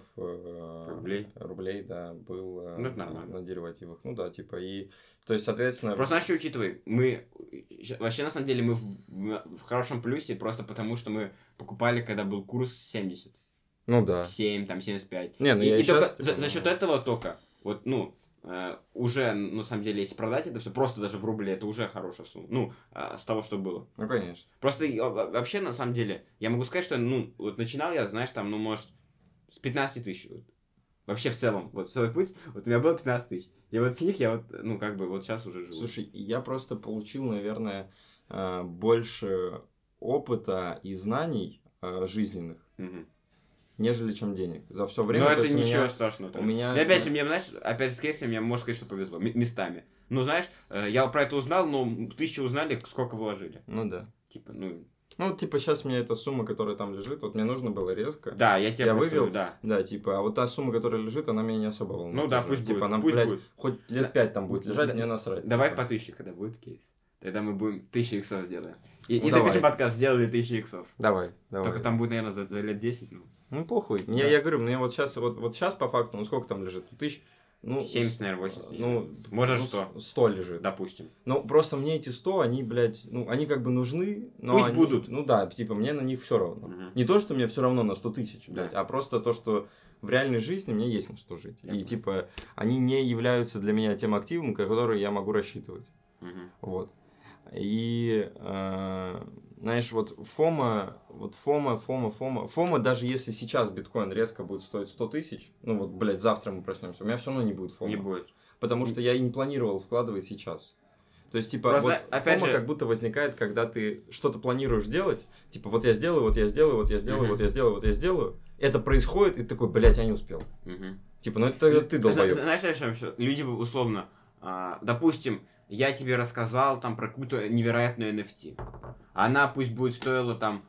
A: рублей, да, было на деривативах. Ну, да, типа, и... То есть, соответственно...
B: Просто, знаешь, учитывай, мы... Вообще, на самом деле, мы в хорошем плюсе просто потому, что мы покупали, когда был курс 70.
A: Ну, да.
B: 7, там, 75.
A: Не, ну, я
B: и
A: сейчас...
B: только за счет этого только, вот, ну... уже, на самом деле, если продать это все просто даже в рубле, это уже хорошая сумма. Ну, с того, что было.
A: Ну, конечно.
B: Просто вообще, на самом деле, я могу сказать, что, ну, вот начинал я, знаешь, там, ну, может, с 15 тысяч. Вот. Вообще, в целом, вот свой путь, вот у меня было 15 тысяч. И вот с них я вот, ну, как бы, вот сейчас уже живу.
A: Слушай, я просто получил, наверное, больше опыта и знаний жизненных. Нежели чем денег. За все время.
B: Ну, это ничего страшного.
A: У меня...
B: И опять же, мне, знаешь, опять с кейсами, мне, можно сказать, что повезло. Местами. Ну, знаешь, я про это узнал, но 1000 узнали, сколько вложили.
A: Ну, да.
B: Типа, ну...
A: Ну, типа, сейчас мне эта сумма, которая там лежит, вот мне нужно было резко.
B: Да, я тебя
A: вывел,
B: да.
A: Да, типа, а вот та сумма, которая лежит, она меня не особо волнует.
B: Ну, да, пусть
A: типа,
B: будет.
A: Она,
B: пусть
A: блядь,
B: будет.
A: хоть лет 5 там будет лежать, мне насрать.
B: Давай
A: типа.
B: по 1000, когда будет кейс. Тогда мы будем 1000 иксов сделаем. И
A: давай.
B: запишем подкаст, сделали 1000 иксов.
A: Давай.
B: Только там будет, наверное, за лет 10, ну.
A: Ну, похуй. Да. Я говорю, мне вот сейчас по факту, ну, сколько там лежит? 1000... Ну,
B: 70, наверное, 80.
A: Ну,
B: может,
A: ну,
B: 100.
A: 100 лежит.
B: Допустим.
A: Ну, просто мне эти 100, они, блядь, ну, они как бы нужны, но
B: пусть
A: они...
B: будут.
A: Ну, да, типа, мне на них все равно. Не то, что мне все равно на 100 тысяч, блядь, а просто то, что в реальной жизни мне есть на что жить. И, типа, они не являются для меня тем активом, на который я могу рассчитывать. Вот. И, знаешь, вот ФОМа, даже если сейчас биткоин резко будет стоить 100 тысяч, ну вот, блядь, завтра мы проснемся, у меня все равно не будет ФОМа.
B: Не будет.
A: Потому что я и не планировал вкладывать сейчас. То есть, типа,
B: просто,
A: вот
B: опять
A: ФОМа
B: же...
A: как будто возникает, когда ты что-то планируешь делать, типа, вот я сделаю, вот я сделаю, вот я сделаю, вот я сделаю, вот я сделаю. Это происходит, и ты такой, блядь, я не успел. Типа, ну это ты долбоёб.
B: Знаешь, что люди условно, допустим, я тебе рассказал там про какую-то невероятную NFT. Она пусть будет стоила там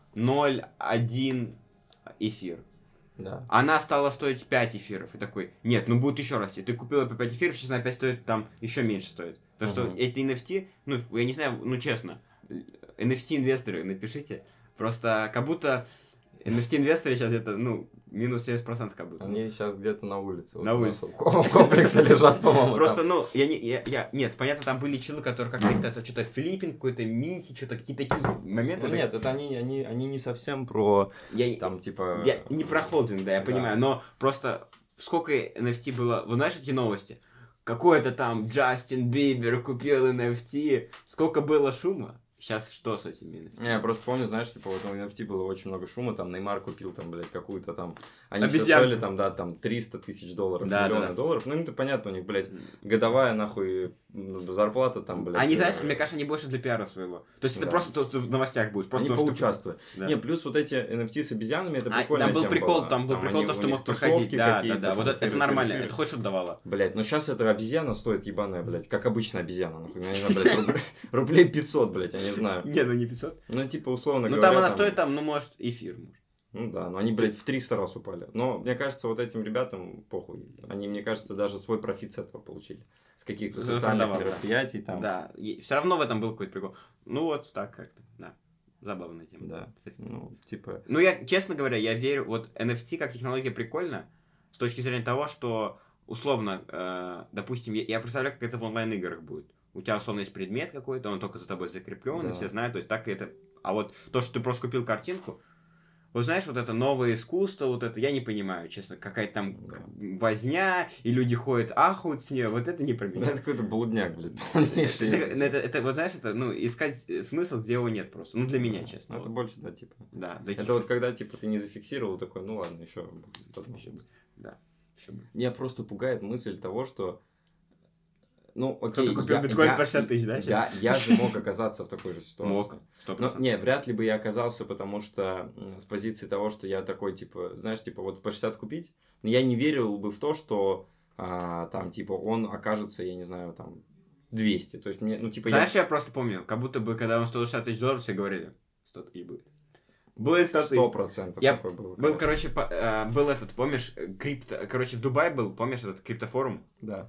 B: 0,1 эфир.
A: Да.
B: Она стала стоить 5 эфиров. И такой, нет, ну будет еще расти. Ты купила по 5 эфиров, сейчас она опять стоит там еще меньше стоит. Потому что эти NFT, ну, я не знаю, ну честно, NFT-инвесторы, напишите. Просто как будто NFT-инвесторы сейчас где-то, ну, минус 70% как будто.
A: Они сейчас где-то на улице.
B: На улице.
A: Комплексы лежат, по-моему.
B: Просто, ну, нет, понятно, там были чилы, которые как-то что-то флиппинг, какой-то минти, что-то какие-то такие моменты.
A: Ну, нет, это они не совсем про, там, типа...
B: Я не про холдинг, да, я понимаю, но просто сколько NFT было, вы знаете эти новости? Какой-то там Джастин Бибер купил NFT, сколько было шума? Сейчас что с этими NFT?
A: Не, я просто помню, знаешь, типа, вот у NFT было очень много шума, там, Неймар купил, там, блядь, какую-то там... Они все стоили, там, да, там, 300 тысяч долларов, миллионы долларов. Ну, это понятно, у них, блядь, годовая, нахуй, зарплата, там, блядь...
B: Они, знаешь, мне кажется, они больше для пиара своего. То есть, это просто в новостях будешь. Просто
A: они поучаствовать. Да. Не, плюс вот эти NFT с обезьянами, это прикольная
B: тема была. Там был прикол, то, что мог проходить. Да. Вот это нормально, это хоть что-то давало.
A: Блядь, но сейчас эта обезьяна стоит ебаная, блядь, как обычная обезьяна, нахуй. Я не знаю, блядь, рублей 500, блядь, я не знаю.
B: Не, ну не 500.
A: Ну, типа, условно говоря...
B: Ну, там она стоит, там, ну, может, эфир, может.
A: Ну да, но они, блядь, в 300 раз упали. Но, мне кажется, вот этим ребятам похуй. Они, мне кажется, даже свой профит с этого получили. С каких-то социальных мероприятий там.
B: Да, все равно в этом был какой-то прикол. Ну вот так как-то, да. Забавная тема.
A: Да, ну, типа...
B: Ну, я, честно говоря, я верю, вот NFT как технология прикольна с точки зрения того, что, условно, допустим, я представляю, как это в онлайн-играх будет. У тебя, условно, есть предмет какой-то, он только за тобой закреплен, и все знают, то есть так и это... А вот то, что ты просто купил картинку, Вот знаешь, вот это новое искусство, вот это, я не понимаю, честно, какая-то там возня, и люди ходят, ахают с нее, вот это не про меня.
A: Это какой-то блудняк, блядь, полнейший.
B: Это, вот знаешь, это, ну, искать смысл, где его нет просто. Ну, для меня, честно.
A: Это больше, да, типа.
B: Да.
A: Это вот когда, типа, ты не зафиксировал, такой, ну ладно, еще возможно.
B: Да.
A: Меня просто пугает мысль того, что ну, окей,
B: кто-то купил биткоин по 60 тысяч, да?
A: Да, я же мог оказаться в такой же ситуации.
B: Мог, 100%.
A: Но, не, вряд ли бы я оказался, потому что с позиции того, что я такой, типа, знаешь, типа, вот по 60 купить, но я не верил бы в то, что там, типа, он окажется, я не знаю, там, 200. То есть, мне, ну, типа,
B: знаешь, я просто помню, как будто бы, когда он $160 тысяч, все говорили, 100 тысяч будет. Будет 100 тысяч.
A: 100%
B: я
A: такой был.
B: Был, короче, был этот, помнишь, короче, в Дубае был, помнишь, этот криптофорум?
A: Да.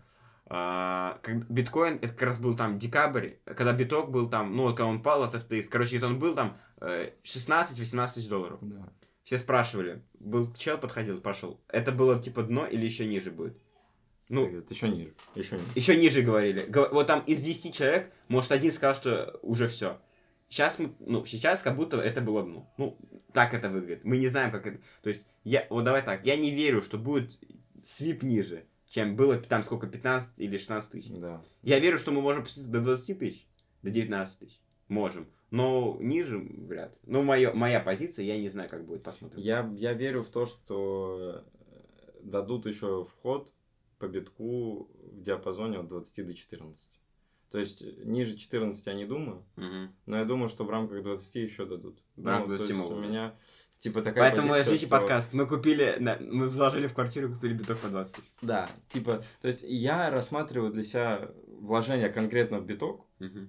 B: Биткоин, это как раз был там декабрь, когда биток был там, ну, когда он пал от FTX, короче, это он был там 16-18 тысяч долларов.
A: Да.
B: Все спрашивали, был чел, подходил, пошел. Это было типа дно или еще ниже будет? Ну,
A: это еще ниже.
B: Еще ниже говорили. Вот там из 10 человек, может, один сказал, что уже все. Сейчас как будто это было дно. Ну, так это выглядит. Мы не знаем, как это. То есть, вот давай так, я не верю, что будет свип ниже, чем было там сколько, 15 или 16 тысяч.
A: Да.
B: Я верю, что мы можем опуститься до 20 тысяч, до 19 тысяч. Можем. Но ниже вряд ли. Ну, моя позиция, я не знаю, как будет, посмотрим.
A: Я верю в то, что дадут еще вход по битку в диапазоне от 20 до 14. То есть, ниже 14 я не думаю, но я думаю, что в рамках 20 еще дадут.
B: В рамках 20
A: могут. У меня типа такая
B: Поэтому
A: позиция,
B: слушайте подкаст. Мы вложили в квартиру, купили биток по 20 тысяч.
A: Да, типа, то есть я рассматриваю для себя вложение конкретно в биток.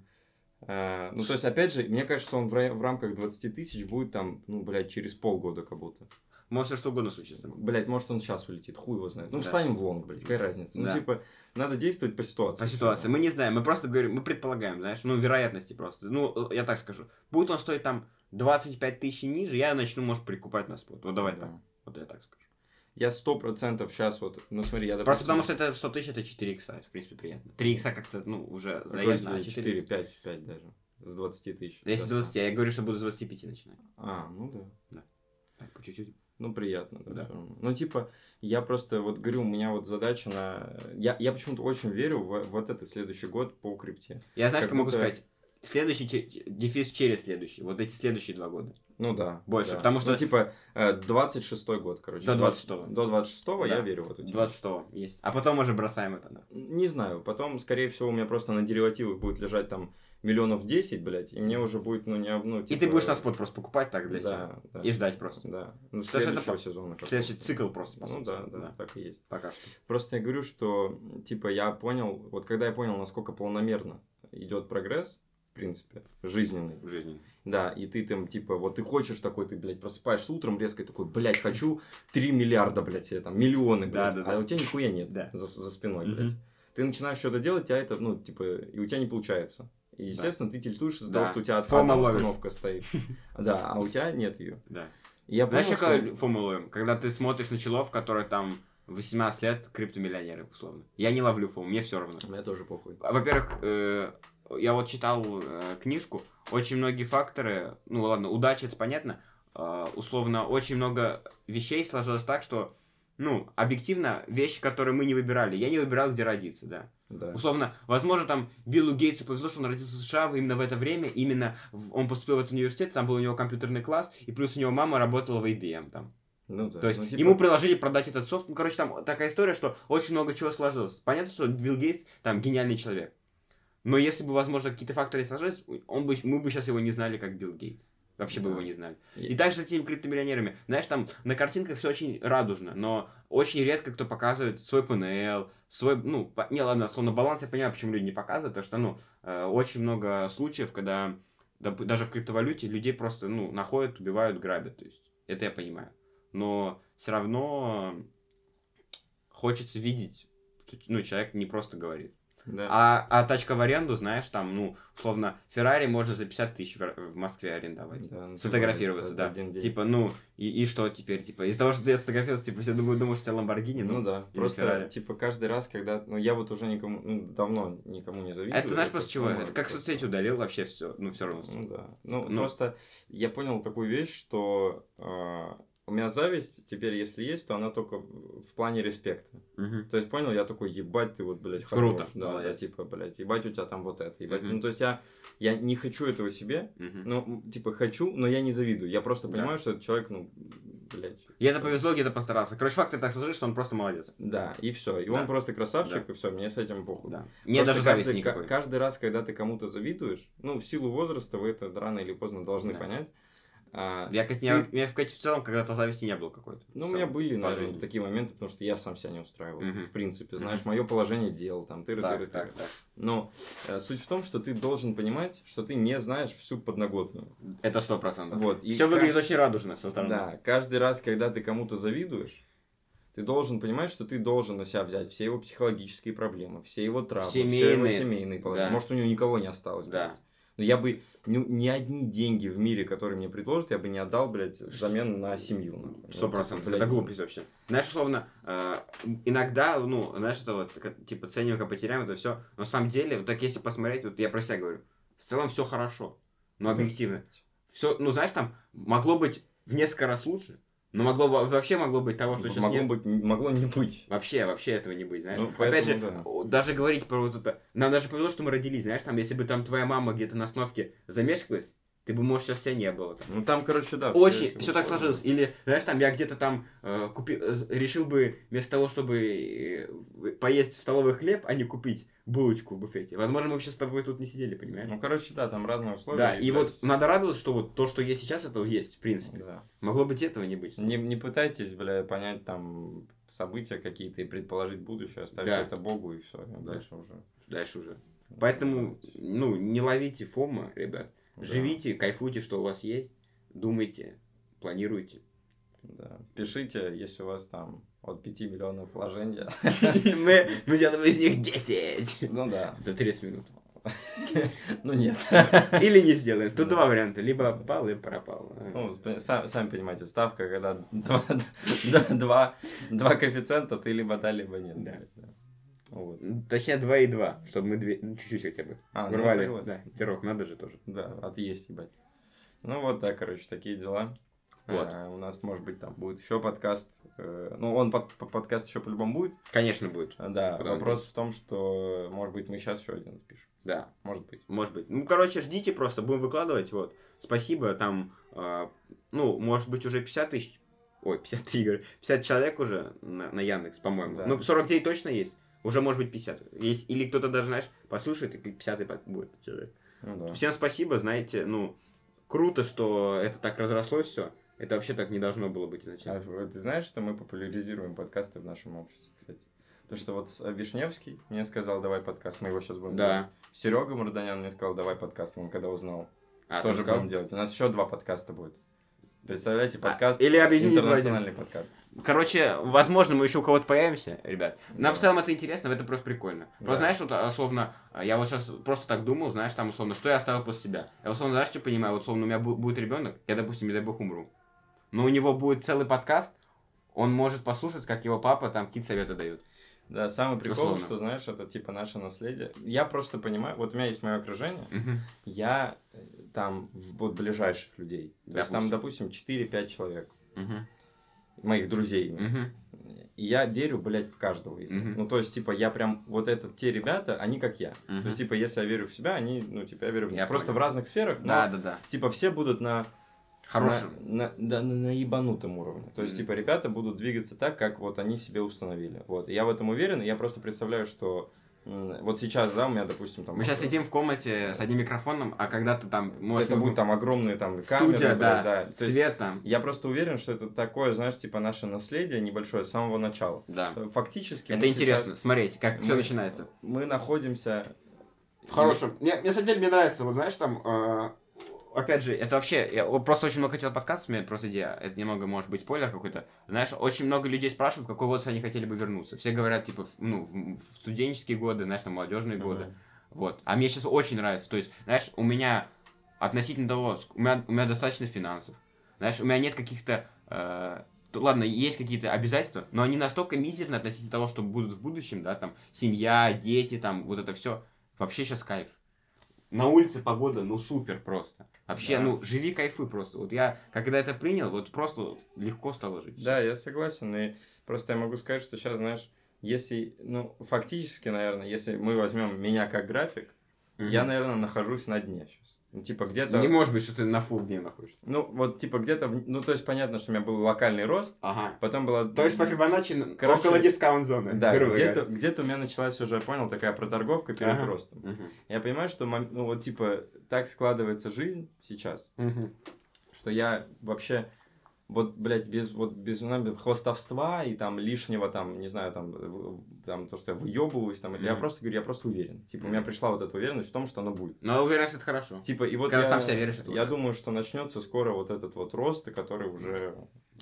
A: Ну, то есть, опять же, мне кажется, он в рамках 20 тысяч будет там, ну, блядь, через полгода как будто.
B: Может, что угодно случится.
A: Блядь, может, он сейчас улетит, хуй его знает. Ну,
B: да.
A: встанем в лонг, блядь, какая разница.
B: Да.
A: Ну, типа, надо действовать по ситуации.
B: По ситуации. Мы не знаем, мы просто говорим, мы предполагаем, знаешь, ну, вероятности просто. Ну, я так скажу. Будет он стоить там 25 тысяч ниже, я начну, может, прикупать на спот. Вот давай так. Вот я так скажу.
A: Я 100% сейчас вот, ну смотри, я допустим...
B: Просто потому что это 100 тысяч, это 4 икса, в принципе, приятно. 3 икса как-то, ну, уже заезжено.
A: 4, 5 даже. С 20 тысяч.
B: Если 20, я говорю, что буду с 25 начинать.
A: Ну да.
B: Так, по чуть-чуть.
A: Ну, приятно, да. Ну, типа, я просто, вот говорю, у меня вот задача на... Я почему-то очень верю в вот этот следующий год по крипте.
B: Я, знаешь, что могу сказать? Следующий дефис через следующий. Вот эти следующие 2 года.
A: Ну да.
B: Больше,
A: да.
B: потому что...
A: Ну, типа, 26-й год, короче.
B: До 26-го.
A: До 26-го
B: да.
A: Я верю в эту тему.
B: 26-го есть. А потом уже бросаем это, да.
A: Не знаю. Потом, скорее всего, у меня просто на деривативах будет лежать там 10 миллионов, блядь, и мне уже будет, ну, не одну, типа...
B: И ты будешь на спот просто покупать так для себя.
A: Да.
B: И ждать просто.
A: Да. Ну, следующего сезона.
B: Следующий цикл просто.
A: Ну, да, так и есть.
B: Пока что.
A: Просто я говорю, что, типа, я понял, вот когда я понял, насколько планомерно идет прогресс, в принципе, жизненный. Да, и ты там, типа, вот ты хочешь такой, ты, блядь, просыпаешься утром резко и такой, блядь, хочу 3 миллиарда, блядь, себе там, миллионы, блядь, а у тебя нихуя нет за спиной, блядь. Ты начинаешь что-то делать, у тебя это, ну, типа, и у тебя не получается. И, естественно, ты тильтуешь из-за того, что у тебя одна установка стоит. Да, а у тебя нет ее.
B: Да.
A: Я понял,
B: знаешь, какая фому ловим? Когда ты смотришь на челов, которые там 18 лет криптомиллионеры, условно. Я не ловлю фому, мне все равно.
A: Мне тоже похуй.
B: Во-первых, я вот читал книжку, очень многие факторы, ну ладно, удача, это понятно, условно, очень много вещей сложилось так, что, ну, объективно, вещи, которые мы не выбирали. Я не выбирал, где родиться, да. Условно, возможно, там Биллу Гейтсу повезло, что он родился в США именно в это время, именно он поступил в этот университет, там был у него компьютерный класс, и плюс у него мама работала в IBM там.
A: Ну да.
B: То есть ему предложили продать этот софт. Ну, короче, там такая история, что очень много чего сложилось. Понятно, что Билл Гейтс там гениальный человек. Но если бы, возможно, какие-то факторы сложились, мы бы сейчас его не знали как Билл Гейтс. Вообще бы его не знали. И также с этими криптомиллионерами. Знаешь, там на картинках все очень радужно, но очень редко кто показывает свой ПНЛ, свой, ну, не, ладно, словно баланс, я понимаю, почему люди не показывают, потому что, ну, очень много случаев, когда даже в криптовалюте людей просто, ну, находят, убивают, грабят, то есть, это я понимаю. Но все равно хочется видеть, что, ну, человек не просто говорит. Да. А тачка в аренду, знаешь, там, ну, условно, Феррари можно за 50 тысяч в Москве арендовать. Да, сфотографироваться, да. Типа, ну, и что теперь? Типа, из-за того, что ты сфотографировался, типа, все думают, что у тебя Ламборгини,
A: ну да. Просто, Феррари. Типа, каждый раз, когда... Ну, я вот уже никому... Ну, давно никому не завидую.
B: Это знаешь просто чего? Это как соцсеть удалил вообще все. Ну, все равно.
A: Ну, да. Ну, просто я понял такую вещь, что... У меня зависть теперь, если есть, то она только в плане респекта. То есть, понял, я такой, ебать, ты вот, блядь, хорош.
B: Круто.
A: Да, типа, блядь, ебать, у тебя там вот это. Ебать. Ну, то есть, я не хочу этого себе. Ну, типа, хочу, но я не завидую. Я просто понимаю, что этот человек, ну, блядь.
B: Где-то повезло, где-то постарался. Короче, фактор так сложился, что он просто молодец.
A: Да, и все. И он просто красавчик, и все, мне с этим похуй.
B: Да. Мне даже зависти никакой.
A: Каждый раз, когда ты кому-то завидуешь, ну, в силу возраста вы это рано или поздно должны понять.
B: Я в целом когда-то зависти не было какой-то.
A: Ну, у меня были, наверное, такие моменты, потому что я сам себя не устраивал. В принципе, знаешь, мое положение дел, там, тыры-тыры. Но суть в том, что ты должен понимать, что ты не знаешь всю подноготную.
B: Это 100%.
A: Вот.
B: Все выглядит очень радужно со стороны.
A: Да, каждый раз, когда ты кому-то завидуешь, ты должен понимать, что ты должен на себя взять все его психологические проблемы, все его травмы, все его семейные положения. Да. Может, у него никого не осталось. Да. Блядь. Но я бы ни одни деньги в мире, которые мне предложат, я бы не отдал, блядь, взамен на семью.
B: 100%. Это глупость вообще. Знаешь, условно, иногда, ну, знаешь, это вот, типа, ценим, как потеряем, это все. Но на самом деле, вот так если посмотреть, вот я про себя говорю, в целом все хорошо, но объективно. Все, ну, знаешь, там могло быть в несколько раз лучше. Но вообще могло быть того, что сейчас
A: нет. Могло не быть.
B: Вообще этого не быть, знаешь. Ну, опять же, даже говорить про вот это... Нам даже повезло, что мы родились, знаешь, там, если бы там твоя мама где-то на остановке замешкалась, ты бы, может, сейчас тебя не было. Там.
A: Ну, там, короче, да.
B: Очень, все так сложилось. Или, знаешь, там, я где-то там решил бы, вместо того, чтобы поесть в столовой хлеб, а не купить булочку в буфете. Возможно, мы вообще с тобой тут не сидели, понимаешь?
A: Ну, короче, да, там разные условия.
B: Да, и вот надо радоваться, что вот то, что есть сейчас, это есть, в принципе. Да. Могло быть этого не быть.
A: Не пытайтесь, бля, понять там события какие-то и предположить будущее, оставьте это Богу и все. Дальше уже.
B: Поэтому, ну, не ловите фома, ребят. Да. Живите, кайфуйте, что у вас есть, думайте, планируйте.
A: Да. Пишите, если у вас там от 5 миллионов вложения.
B: Мы сделаем из них 10.
A: Ну да.
B: За 30 минут.
A: Ну нет.
B: Или не сделаем. Тут два варианта. Либо попал, либо пропал.
A: Ну, сами понимаете, ставка, когда два коэффициента, ты либо да, либо нет.
B: Да. Вот. Точнее 2 и 2, чтобы мы чуть-чуть хотя бы вырвали. Ну, да, пирог надо же тоже.
A: Да, отъесть, ебать. Ну вот, да, короче, такие дела. Вот. У нас, может быть, там будет еще подкаст. Ну, подкаст еще по-любому будет.
B: Конечно, будет.
A: Да, вопрос в том, что, может быть, мы сейчас еще один запишем.
B: Да.
A: Может быть.
B: Может быть. Ну, короче, ждите просто, будем выкладывать, вот. Спасибо, там, ну, может быть, уже 50 тысяч. Ой, 50 игр. 50 человек уже на Яндекс, по-моему. Да. Ну, 49 точно есть. Уже может быть 50. Есть, или кто-то даже, знаешь, послушает, и 50-й будет человек.
A: Ну, да.
B: Всем спасибо, знаете, ну, круто, что это так разрослось все. Это вообще так не должно было быть изначально.
A: Ты знаешь, что мы популяризируем подкасты в нашем обществе, кстати? Потому что вот Вишневский мне сказал, давай подкаст, мы его сейчас будем делать. Серега Марданян мне сказал, давай подкаст, он когда узнал. Тоже будем делать. У нас еще 2 подкаста будет. Представляете, подкаст,
B: или
A: интернациональный подкаст.
B: Короче, возможно, мы еще у кого-то появимся, ребят. Нам в целом это интересно, это просто прикольно. Да. Просто, знаешь, вот, условно, я вот сейчас просто так думал, знаешь, там, условно, что я оставил после себя. Я, условно, знаешь, что понимаю, вот, условно, у меня будет ребенок, я, допустим, не дай бог, умру. Но у него будет целый подкаст, он может послушать, как его папа там какие-то советы дает.
A: Да, самый прикол, что, знаешь, это типа наше наследие. Я просто понимаю, вот у меня есть мое окружение, я там вот ближайших людей. То есть там, допустим, 4-5 человек. Моих друзей. И я верю, блядь, в каждого из них. Ну, то есть, типа, я прям, вот это те ребята, они как я. То есть, типа, если я верю в себя, они, ну, типа, я верю в них. Просто в разных сферах, но, типа, все будут на ебанутом уровне. То есть, типа, ребята будут двигаться так, как вот они себе установили. Вот. И я в этом уверен, и я просто представляю, что вот сейчас, да, у меня, допустим, там...
B: Мы сейчас сидим в комнате с одним микрофоном, а когда-то там...
A: Может, это будут там огромные там камеры.
B: Студия, да. Свет там.
A: Я просто уверен, что это такое, знаешь, типа наше наследие небольшое с самого начала.
B: Да.
A: Фактически...
B: Это интересно, смотрите, как все начинается.
A: Мы находимся...
B: В хорошем... Мне, на самом деле, мне нравится, вот знаешь, там... опять же, это вообще, я просто очень много хотел подкастов, у меня просто идея, это немного может быть спойлер какой-то. Знаешь, очень много людей спрашивают, в какой возраст они хотели бы вернуться. Все говорят, типа, в студенческие годы, знаешь, там, молодежные годы. Вот. А мне сейчас очень нравится. То есть, знаешь, у меня относительно того, у меня достаточно финансов. Знаешь, у меня нет каких-то... ладно, есть какие-то обязательства, но они настолько мизерны относительно того, что будут в будущем, да, там, семья, дети, там, вот это все. Вообще сейчас кайф. На улице погода, ну, супер просто. Вообще, ну, живи, кайфуй просто. Вот я, когда это принял, вот просто легко стало жить.
A: Да, я согласен. И просто я могу сказать, что сейчас, знаешь, если, ну, фактически, наверное, если мы возьмем меня как график, я, наверное, нахожусь на дне сейчас. Ну, типа где-то...
B: Не может быть, что ты на фул дне находишься.
A: Ну, вот, типа, где-то... Ну, то есть, понятно, что у меня был локальный рост.
B: Ага.
A: Потом было...
B: То есть, по Фибоначчи около дискаунт-зоны.
A: Да, где-то у меня началась уже, понял, такая проторговка перед ростом. Я понимаю, что, ну, вот, типа, так складывается жизнь сейчас, что я вообще... Вот, блядь, без хвастовства и там лишнего, там, не знаю, там то, что я выебываюсь, там, я просто говорю, я просто уверен. Типа, у меня пришла вот эта уверенность в том, что оно будет.
B: Но уверенность это хорошо.
A: Типа, и вот
B: когда сам себя веришь, это
A: я думаю, что начнется скоро вот этот вот рост, который уже...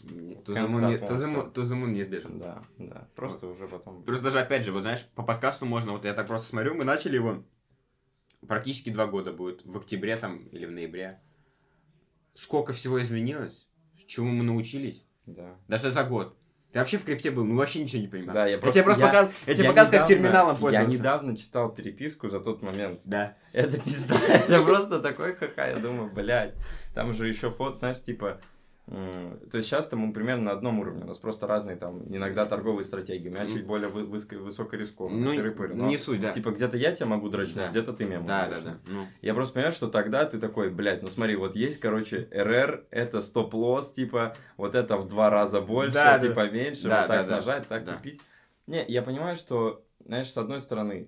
B: Тузымун неизбежен.
A: Да, да. Просто уже потом...
B: Плюс даже, опять же, вот знаешь, по подкасту можно, вот я так просто смотрю, мы начали его, практически 2 года будет, в октябре там или в ноябре. Сколько всего изменилось? Чему мы научились?
A: Да.
B: Даже за год. Ты вообще в крипте был, ну вообще ничего не понимал.
A: Да, я
B: тебе показал, как терминалом пользоваться.
A: Я недавно читал переписку за тот момент.
B: Да.
A: Это пизда, это просто такой ха-ха, я думаю, блядь. Там же еще фото, знаешь, типа... То есть сейчас-то мы примерно на одном уровне. У нас просто разные там иногда торговые стратегии. У меня чуть более высокорискованные.
B: Ну, не суть, да.
A: Типа где-то я тебя могу дрочить,
B: да.
A: где-то ты меня можешь дрочить.
B: Да. Ну.
A: Я просто понимаю, что тогда ты такой, блядь, ну смотри, вот есть, короче, РР, это стоп-лосс, типа, вот это в 2 раза больше,
B: да,
A: типа меньше, вот так нажать, так
B: да.
A: купить. Не, я понимаю, что, знаешь, с одной стороны,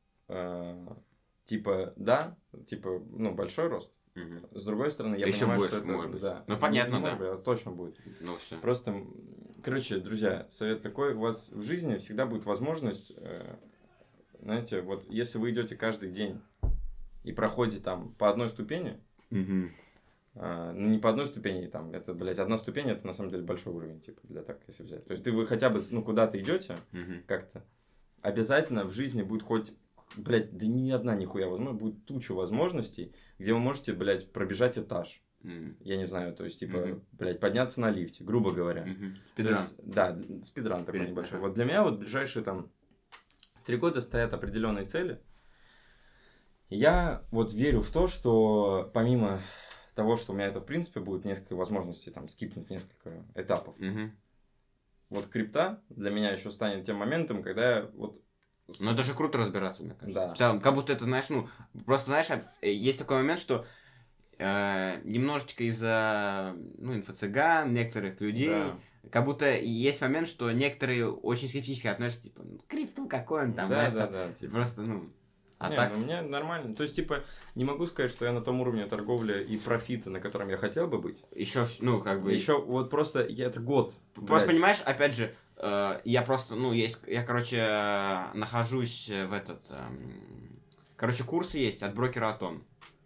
A: типа, да, типа, ну, большой рост. С другой стороны, я понимаю,
B: больше,
A: что это...
B: может быть.
A: Да.
B: Ну, понятно, да.
A: Может быть, точно будет.
B: Ну, все.
A: Просто, короче, друзья, совет такой, у вас в жизни всегда будет возможность, знаете, вот если вы идете каждый день и проходите там по одной ступени, ну, не по одной ступени, там, это, блядь, одна ступень, это на самом деле большой уровень, типа, для так, если взять. То есть, вы хотя бы, ну, куда-то идете, как-то, обязательно в жизни будет хоть... Блять, да ни одна нихуя возможно, будет туча возможностей, где вы можете, блядь, пробежать этаж. Я не знаю, то есть, типа, блядь, подняться на лифте, грубо говоря.
B: Спидран.
A: Есть, да, спидран такой небольшой. Вот для меня вот ближайшие там 3 года стоят определенные цели. Я вот верю в то, что помимо того, что у меня это, в принципе, будет несколько возможностей, там, скипнуть несколько этапов. Вот крипта для меня еще станет тем моментом, когда я вот...
B: Ну, это же круто разбираться, мне кажется.
A: Да.
B: В целом, как будто это, знаешь, ну, просто, знаешь, есть такой момент, что немножечко из-за, ну, инфо-цыган, некоторых людей, как будто есть момент, что некоторые очень скептически относятся, типа, ну, крипту какой он там,
A: да,
B: знаешь,
A: да, типа.
B: Просто, ну...
A: А не, так? Ну, мне нормально. То есть, типа, не могу сказать, что я на том уровне торговли и профита, на котором я хотел бы быть.
B: Еще, ну, как бы...
A: Еще вот просто, это год.
B: Просто, понимаешь, опять же, я просто, ну, я, короче, нахожусь в этот... Короче, курсы есть от брокера Атон.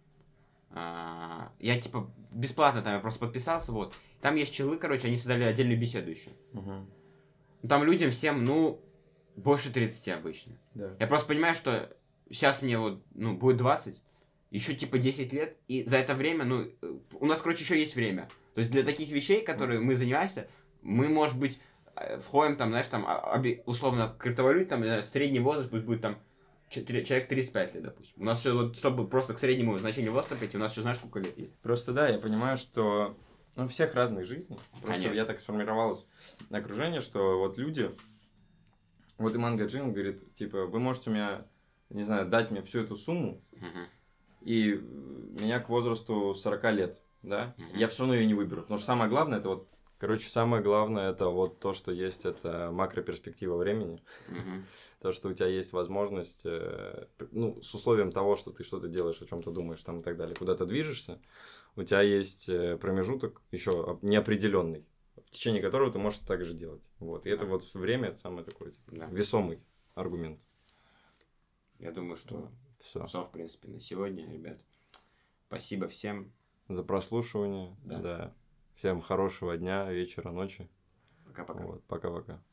B: Я, типа, бесплатно там, я просто подписался, вот. Там есть челы, короче, они создали отдельную беседу еще. Там людям всем, ну, больше 30 обычно.
A: Да.
B: Я просто понимаю, что сейчас мне вот, ну, будет 20, еще, типа, 10 лет, и за это время, ну, у нас, короче, еще есть время. То есть для таких вещей, которые мы занимаемся, мы, может быть, входим там, знаешь, там, условно, в криптовалюте, там, средний возраст будет там, человек 35 лет, допустим. У нас еще, вот, чтобы просто к среднему значению возраста прийти, у нас еще, знаешь, сколько лет есть.
A: Просто, да, я понимаю, что, ну, у всех разных жизней. Просто
B: Конечно.
A: я так сформировалось окружение, что вот люди, вот Иман Гаджин говорит, типа, вы можете у меня, не знаю, дать мне всю эту сумму, и меня к возрасту 40 лет, да, я все равно ее не выберу. Потому что самое главное, это вот, короче, самое главное, это вот то, что есть, это макроперспектива времени. То, что у тебя есть возможность, ну, с условием того, что ты что-то делаешь, о чем-то думаешь там и так далее, куда-то движешься, у тебя есть промежуток еще неопределенный, в течение которого ты можешь так же делать. Вот. И это вот время, это самый такой типа, весомый аргумент.
B: Я думаю, что
A: все,
B: в принципе, на сегодня, ребят. Спасибо всем.
A: за прослушивание. Да. Всем хорошего дня, вечера, ночи.
B: Пока-пока.
A: Вот, пока-пока.